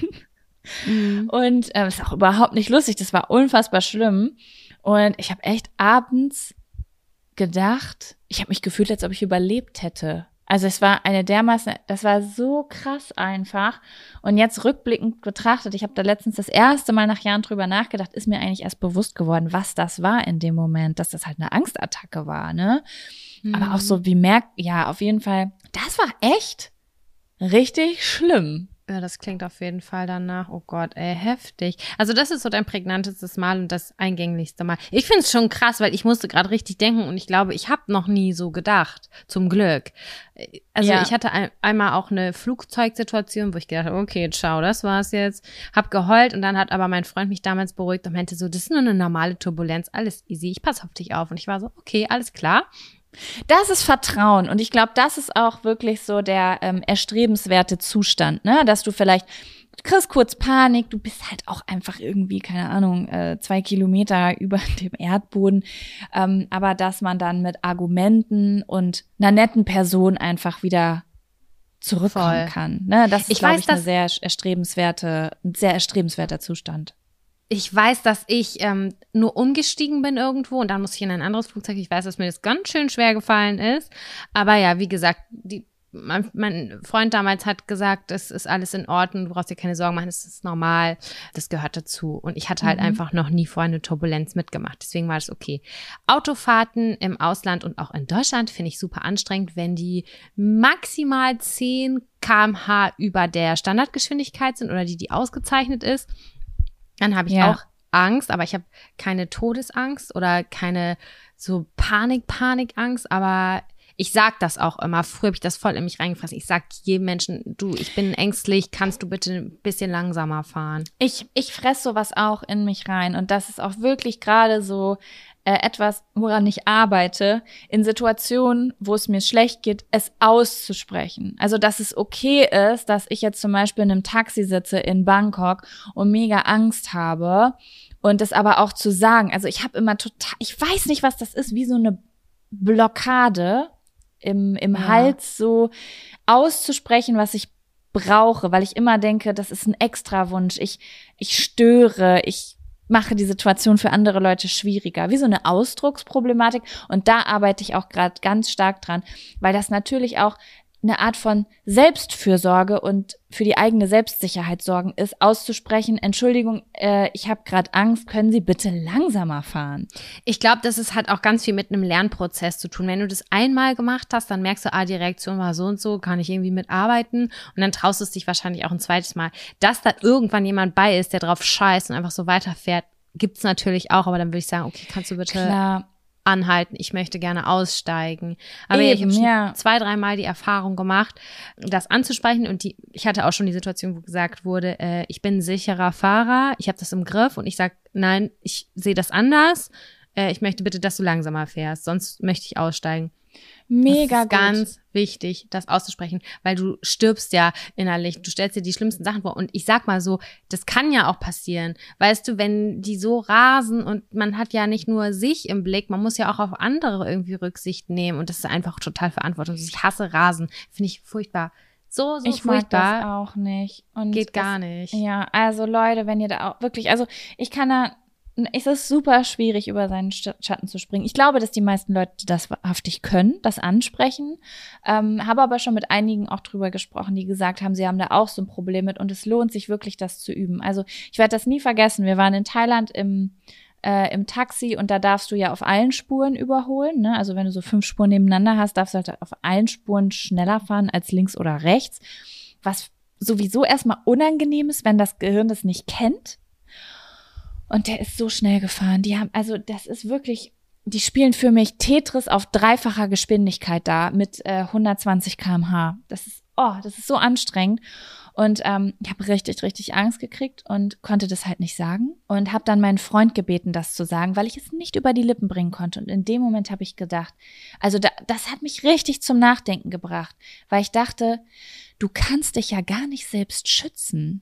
Mhm. Und äh, ist auch überhaupt nicht lustig. Das war unfassbar schlimm. Und ich habe echt abends gedacht, ich habe mich gefühlt, als ob ich überlebt hätte. Also es war eine dermaßen, das war so krass einfach. Und jetzt rückblickend betrachtet, ich habe da letztens das erste Mal nach Jahren drüber nachgedacht, ist mir eigentlich erst bewusst geworden, was das war in dem Moment, dass das halt eine Angstattacke war, ne? Mhm. Aber auch so wie merkt, ja, auf jeden Fall, das war echt richtig schlimm. Ja, das klingt auf jeden Fall danach. Oh Gott, ey, heftig. Also das ist so dein prägnantestes Mal und das eingänglichste Mal. Ich finde es schon krass, weil ich musste gerade richtig denken und ich glaube, ich habe noch nie so gedacht, zum Glück. Also Ja. ich hatte ein, einmal auch eine Flugzeugsituation, wo ich gedacht habe, okay, ciao, das war's jetzt. Hab geheult und dann hat aber mein Freund mich damals beruhigt und meinte so, das ist nur eine normale Turbulenz, alles easy, ich passe auf dich auf. Und ich war so, okay, alles klar. Das ist Vertrauen und ich glaube, das ist auch wirklich so der ähm, erstrebenswerte Zustand, ne? Dass du vielleicht, du kriegst kurz Panik, du bist halt auch einfach irgendwie, keine Ahnung, äh, zwei Kilometer über dem Erdboden, ähm, aber dass man dann mit Argumenten und einer netten Person einfach wieder zurückkommen Voll. kann, ne? Das ist, Ich glaube weiß, ich, eine dass- sehr erstrebenswerte, ein sehr erstrebenswerter Zustand. Ich weiß, dass ich ähm, nur umgestiegen bin irgendwo und dann musste ich in ein anderes Flugzeug. Ich weiß, dass mir das ganz schön schwer gefallen ist. Aber ja, wie gesagt, die, mein, mein Freund damals hat gesagt, es ist alles in Ordnung, du brauchst dir keine Sorgen machen, es ist normal, das gehört dazu. Und ich hatte halt Mhm. einfach noch nie vorher eine Turbulenz mitgemacht, deswegen war das okay. Autofahrten im Ausland und auch in Deutschland finde ich super anstrengend, wenn die maximal zehn Kilometer pro Stunde über der Standardgeschwindigkeit sind oder die, die ausgezeichnet ist. Dann habe ich Ja. auch Angst, aber ich habe keine Todesangst oder keine so Panik, Panikangst, aber ich sag das auch immer. Früher habe ich das voll in mich reingefressen. Ich sag jedem Menschen, du, ich bin ängstlich, kannst du bitte ein bisschen langsamer fahren? Ich, ich fress sowas auch in mich rein und das ist auch wirklich gerade so äh, etwas, woran ich arbeite, in Situationen, wo es mir schlecht geht, es auszusprechen. Also, dass es okay ist, dass ich jetzt zum Beispiel in einem Taxi sitze in Bangkok und mega Angst habe und das aber auch zu sagen. Also, ich habe immer total, ich weiß nicht, was das ist, wie so eine Blockade im, im Ja. Hals so auszusprechen, was ich brauche, weil ich immer denke, das ist ein Extrawunsch. Ich, ich störe, ich mache die Situation für andere Leute schwieriger. Wie so eine Ausdrucksproblematik. Und da arbeite ich auch gerade ganz stark dran, weil das natürlich auch eine Art von Selbstfürsorge und für die eigene Selbstsicherheit sorgen ist, auszusprechen, Entschuldigung, äh, ich habe gerade Angst, können Sie bitte langsamer fahren? Ich glaube, das ist halt auch ganz viel mit einem Lernprozess zu tun. Wenn du das einmal gemacht hast, dann merkst du, ah, die Reaktion war so und so, kann ich irgendwie mitarbeiten und dann traust du es dich wahrscheinlich auch ein zweites Mal. Dass da irgendwann jemand bei ist, der drauf scheißt und einfach so weiterfährt, gibt's natürlich auch, aber dann würde ich sagen, okay, kannst du bitte Klar. anhalten, ich möchte gerne aussteigen. Aber Eben, ja, ich habe schon ja. zwei, dreimal die Erfahrung gemacht, das anzusprechen und die, ich hatte auch schon die Situation, wo gesagt wurde, äh, ich bin ein sicherer Fahrer, ich habe das im Griff und ich sage, nein, ich sehe das anders, äh, ich möchte bitte, dass du langsamer fährst, sonst möchte ich aussteigen. Mega das ist gut. ganz wichtig, das auszusprechen, weil du stirbst ja innerlich, du stellst dir die schlimmsten Sachen vor und ich sag mal so, das kann ja auch passieren, weißt du, wenn die so rasen und man hat ja nicht nur sich im Blick, man muss ja auch auf andere irgendwie Rücksicht nehmen und das ist einfach total verantwortungslos. Ich hasse Rasen, finde ich furchtbar. So, so Ich mag das furchtbar. auch nicht. Und Geht gar das, nicht. Ja, also Leute, wenn ihr da auch wirklich, also ich kann da, es ist super schwierig, über seinen Schatten zu springen. Ich glaube, dass die meisten Leute das wahrhaftig können, das ansprechen. Ähm, habe aber schon mit einigen auch drüber gesprochen, die gesagt haben, sie haben da auch so ein Problem mit und es lohnt sich wirklich, das zu üben. Also ich werde das nie vergessen. Wir waren in Thailand im äh, im Taxi und da darfst du ja auf allen Spuren überholen. Ne? Also wenn du so fünf Spuren nebeneinander hast, darfst du halt auf allen Spuren schneller fahren als links oder rechts. Was sowieso erstmal unangenehm ist, wenn das Gehirn das nicht kennt. Und der ist so schnell gefahren. Die haben, also das ist wirklich, die spielen für mich Tetris auf dreifacher Geschwindigkeit da mit äh, hundertzwanzig Kilometer pro Stunde. Das ist, oh, das ist so anstrengend. Und ähm, ich habe richtig, richtig Angst gekriegt und konnte das halt nicht sagen. Und habe dann meinen Freund gebeten, das zu sagen, weil ich es nicht über die Lippen bringen konnte. Und in dem Moment habe ich gedacht, also da, das hat mich richtig zum Nachdenken gebracht. Weil ich dachte, du kannst dich ja gar nicht selbst schützen.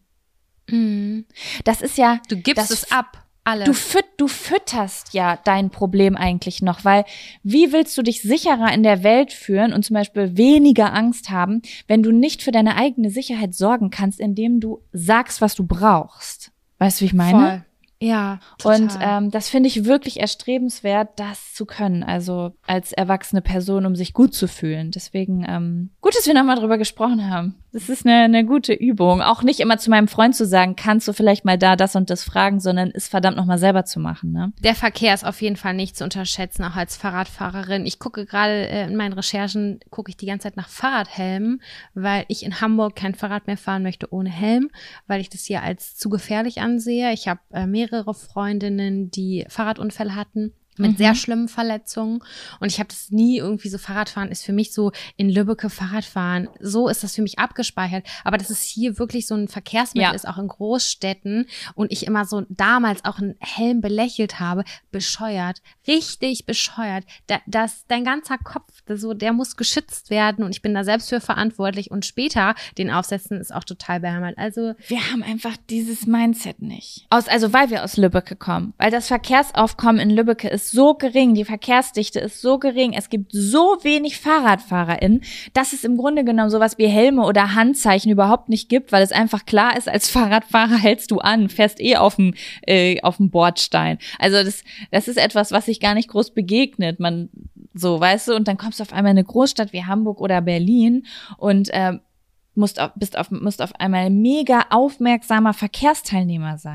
Mhm. Das ist ja, Du gibst das, es ab, alles. Du, füt, du fütterst ja dein Problem eigentlich noch, weil wie willst du dich sicherer in der Welt führen und zum Beispiel weniger Angst haben, wenn du nicht für deine eigene Sicherheit sorgen kannst, indem du sagst, was du brauchst? Weißt du, wie ich meine? Voll. Ja, total. Und ähm, das finde ich wirklich erstrebenswert, das zu können, also als erwachsene Person, um sich gut zu fühlen. Deswegen ähm, gut, dass wir nochmal drüber gesprochen haben. Das ist eine, eine gute Übung. Auch nicht immer zu meinem Freund zu sagen, kannst du vielleicht mal da das und das fragen, sondern es verdammt nochmal selber zu machen. Ne? Der Verkehr ist auf jeden Fall nicht zu unterschätzen, auch als Fahrradfahrerin. Ich gucke gerade äh, in meinen Recherchen, gucke ich die ganze Zeit nach Fahrradhelmen, weil ich in Hamburg kein Fahrrad mehr fahren möchte ohne Helm, weil ich das hier als zu gefährlich ansehe. Ich habe äh, mehrere Freundinnen, die Fahrradunfälle hatten mit Mhm. sehr schlimmen Verletzungen und ich habe das nie irgendwie so, Fahrradfahren ist für mich so in Lübbecke Fahrradfahren, so ist das für mich abgespeichert, aber dass es hier wirklich so ein Verkehrsmittel Ja. ist, auch in Großstädten und ich immer so damals auch einen Helm belächelt habe, bescheuert, richtig bescheuert, da, das, dein ganzer Kopf, das so, der muss geschützt werden und ich bin da selbst für verantwortlich und später den aufsetzen ist auch total behämmert, also Wir haben einfach dieses Mindset nicht. Aus, also weil wir aus Lübbecke kommen. Weil das Verkehrsaufkommen in Lübbecke ist so gering, die Verkehrsdichte ist so gering, es gibt so wenig FahrradfahrerInnen, dass es im Grunde genommen sowas wie Helme oder Handzeichen überhaupt nicht gibt, weil es einfach klar ist, als Fahrradfahrer hältst du an, fährst eh auf dem äh, auf dem Bordstein. Also das das ist etwas, was sich gar nicht groß begegnet. Man so, weißt du, und dann kommst du auf einmal in eine Großstadt wie Hamburg oder Berlin und äh, musst auf, bist auf, musst auf einmal mega aufmerksamer Verkehrsteilnehmer sein.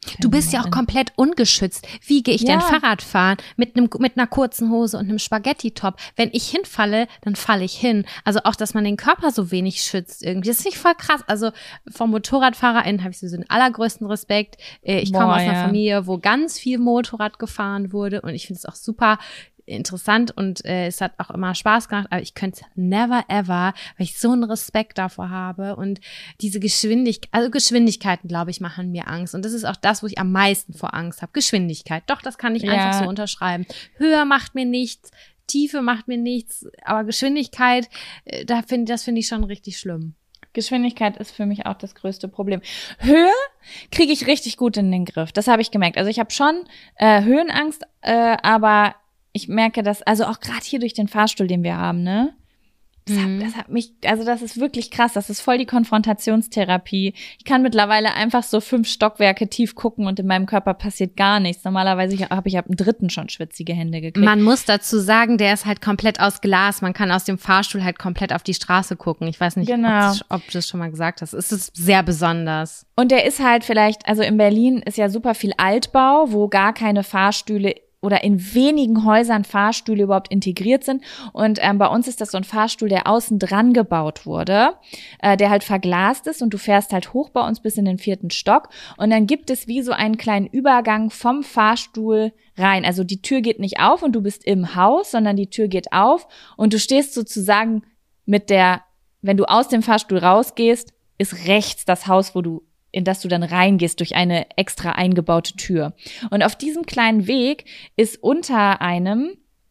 Du bist ja auch komplett ungeschützt. Wie gehe ich Ja. denn Fahrrad fahren? Mit einem, mit einer kurzen Hose und einem Spaghetti-Top. Wenn ich hinfalle, dann falle ich hin. Also auch, dass man den Körper so wenig schützt irgendwie. Das ist nicht voll krass. Also vom MotorradfahrerInnen habe ich sowieso den allergrößten Respekt. Äh, Ich komme Boah, aus einer ja. Familie, wo ganz viel Motorrad gefahren wurde und ich finde es auch super interessant und äh, es hat auch immer Spaß gemacht, aber ich könnte es never ever, weil ich so einen Respekt davor habe und diese Geschwindigkeit, also Geschwindigkeiten, glaube ich, machen mir Angst und das ist auch das, wo ich am meisten vor Angst habe. Geschwindigkeit, doch, das kann ich Ja. einfach so unterschreiben. Höher macht mir nichts, Tiefe macht mir nichts, aber Geschwindigkeit, äh, da finde das finde ich schon richtig schlimm. Geschwindigkeit ist für mich auch das größte Problem. Höhe kriege ich richtig gut in den Griff. Das habe ich gemerkt. Also ich habe schon äh, Höhenangst, äh, aber ich merke das, also auch gerade hier durch den Fahrstuhl, den wir haben, ne? Das, Mhm. hat, das hat mich, also das ist wirklich krass. Das ist voll die Konfrontationstherapie. Ich kann mittlerweile einfach so fünf Stockwerke tief gucken und in meinem Körper passiert gar nichts. Normalerweise habe ich ab dem dritten schon schwitzige Hände gekriegt. Man muss dazu sagen, der ist halt komplett aus Glas. Man kann aus dem Fahrstuhl halt komplett auf die Straße gucken. Ich weiß nicht, Genau. ob, ob du das schon mal gesagt hast. Es ist sehr besonders. Und der ist halt vielleicht, also in Berlin ist ja super viel Altbau, wo gar keine Fahrstühle oder in wenigen Häusern Fahrstühle überhaupt integriert sind. Und ähm, bei uns ist das so ein Fahrstuhl, der außen dran gebaut wurde, äh, der halt verglast ist und du fährst halt hoch bei uns bis in den vierten Stock. Und dann gibt es wie so einen kleinen Übergang vom Fahrstuhl rein. Also die Tür geht nicht auf und du bist im Haus, sondern die Tür geht auf und du stehst sozusagen mit der, wenn du aus dem Fahrstuhl rausgehst, ist rechts das Haus, wo du in das du dann reingehst durch eine extra eingebaute Tür. Und auf diesem kleinen Weg ist unter einem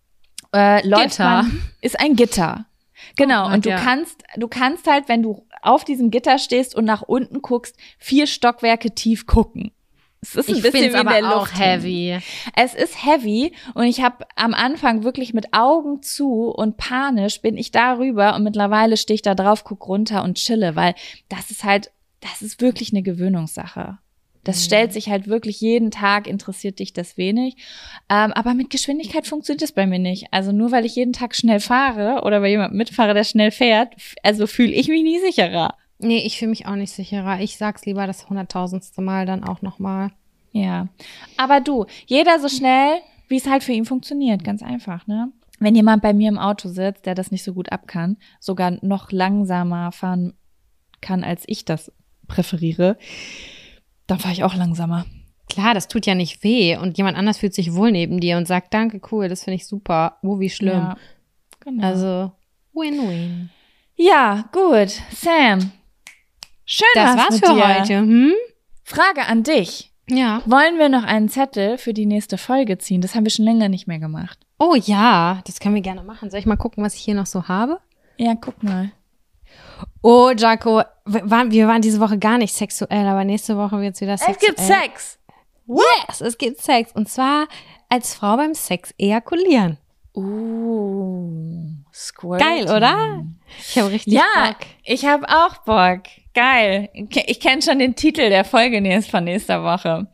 äh, läuft Gitter. man, ist ein Gitter. Genau. Oh Gott, und du ja. kannst, du kannst halt, wenn du auf diesem Gitter stehst und nach unten guckst, vier Stockwerke tief gucken. Es ist ein Ich bisschen finde es wie in aber der auch Luft. heavy. Es ist heavy und ich habe am Anfang wirklich mit Augen zu und panisch bin ich darüber und mittlerweile stehe ich da drauf, guck runter und chille, weil das ist halt, das ist wirklich eine Gewöhnungssache. Das Mhm. stellt sich halt wirklich jeden Tag, interessiert dich das wenig. Ähm, aber mit Geschwindigkeit funktioniert das bei mir nicht. Also nur weil ich jeden Tag schnell fahre oder bei jemandem mitfahre, der schnell fährt, f- also fühle ich mich nie sicherer. Nee, ich fühle mich auch nicht sicherer. Ich sag's lieber das hunderttausendste Mal dann auch nochmal. Ja, aber du, jeder so schnell, wie es halt für ihn funktioniert, ganz einfach, ne? Wenn jemand bei mir im Auto sitzt, der das nicht so gut ab kann, sogar noch langsamer fahren kann, als ich das präferiere, dann fahre ich auch langsamer. Klar, das tut ja nicht weh und jemand anders fühlt sich wohl neben dir und sagt, danke, cool, das finde ich super. Oh, wie schlimm. Ja, genau. Also, win-win. Ja, gut. Sam, schön Das war's war's mit für dir. heute. Hm? Frage an dich. Ja. Wollen wir noch einen Zettel für die nächste Folge ziehen? Das haben wir schon länger nicht mehr gemacht. Oh ja, das können wir gerne machen. Soll ich mal gucken, was ich hier noch so habe? Ja, guck mal. Oh, Jaco, wir waren, wir waren diese Woche gar nicht sexuell, aber nächste Woche wird's wieder sexuell. Es gibt Sex. Yes, es gibt Sex. Und zwar als Frau beim Sex ejakulieren. Uh, Squirt. Geil, oder? Ich habe richtig Ja, Bock. ich habe auch Bock. Geil. Ich kenne schon den Titel der Folge nächst von nächster Woche.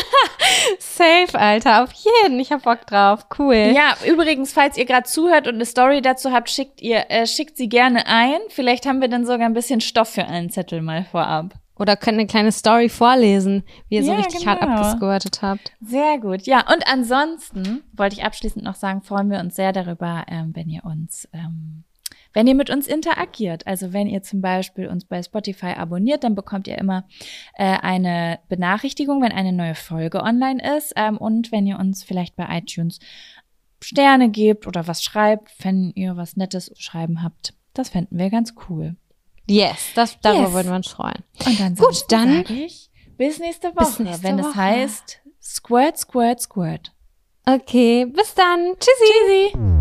Safe, Alter, auf jeden. Ich hab Bock drauf. Cool. Ja, übrigens, falls ihr gerade zuhört und eine Story dazu habt, schickt ihr äh, schickt sie gerne ein. Vielleicht haben wir dann sogar ein bisschen Stoff für einen Zettel mal vorab. Oder könnt eine kleine Story vorlesen, wie ihr so Ja, richtig hart genau. abgesquirtet habt. Sehr gut. Ja, und ansonsten wollte ich abschließend noch sagen, freuen wir uns sehr darüber, ähm, wenn ihr uns, ähm, wenn ihr mit uns interagiert. Also wenn ihr zum Beispiel uns bei Spotify abonniert, dann bekommt ihr immer äh, eine Benachrichtigung, wenn eine neue Folge online ist. Ähm, und wenn ihr uns vielleicht bei iTunes Sterne gebt oder was schreibt, wenn ihr was Nettes zu schreiben habt. Das fänden wir ganz cool. Yes, das, darüber Yes. würden wir uns freuen. Und dann Gut, dann sage ich bis nächste Woche, bis nächste wenn Woche. es heißt Squirt, Squirt, Squirt. Okay, bis dann. Tschüssi. Tschüssi.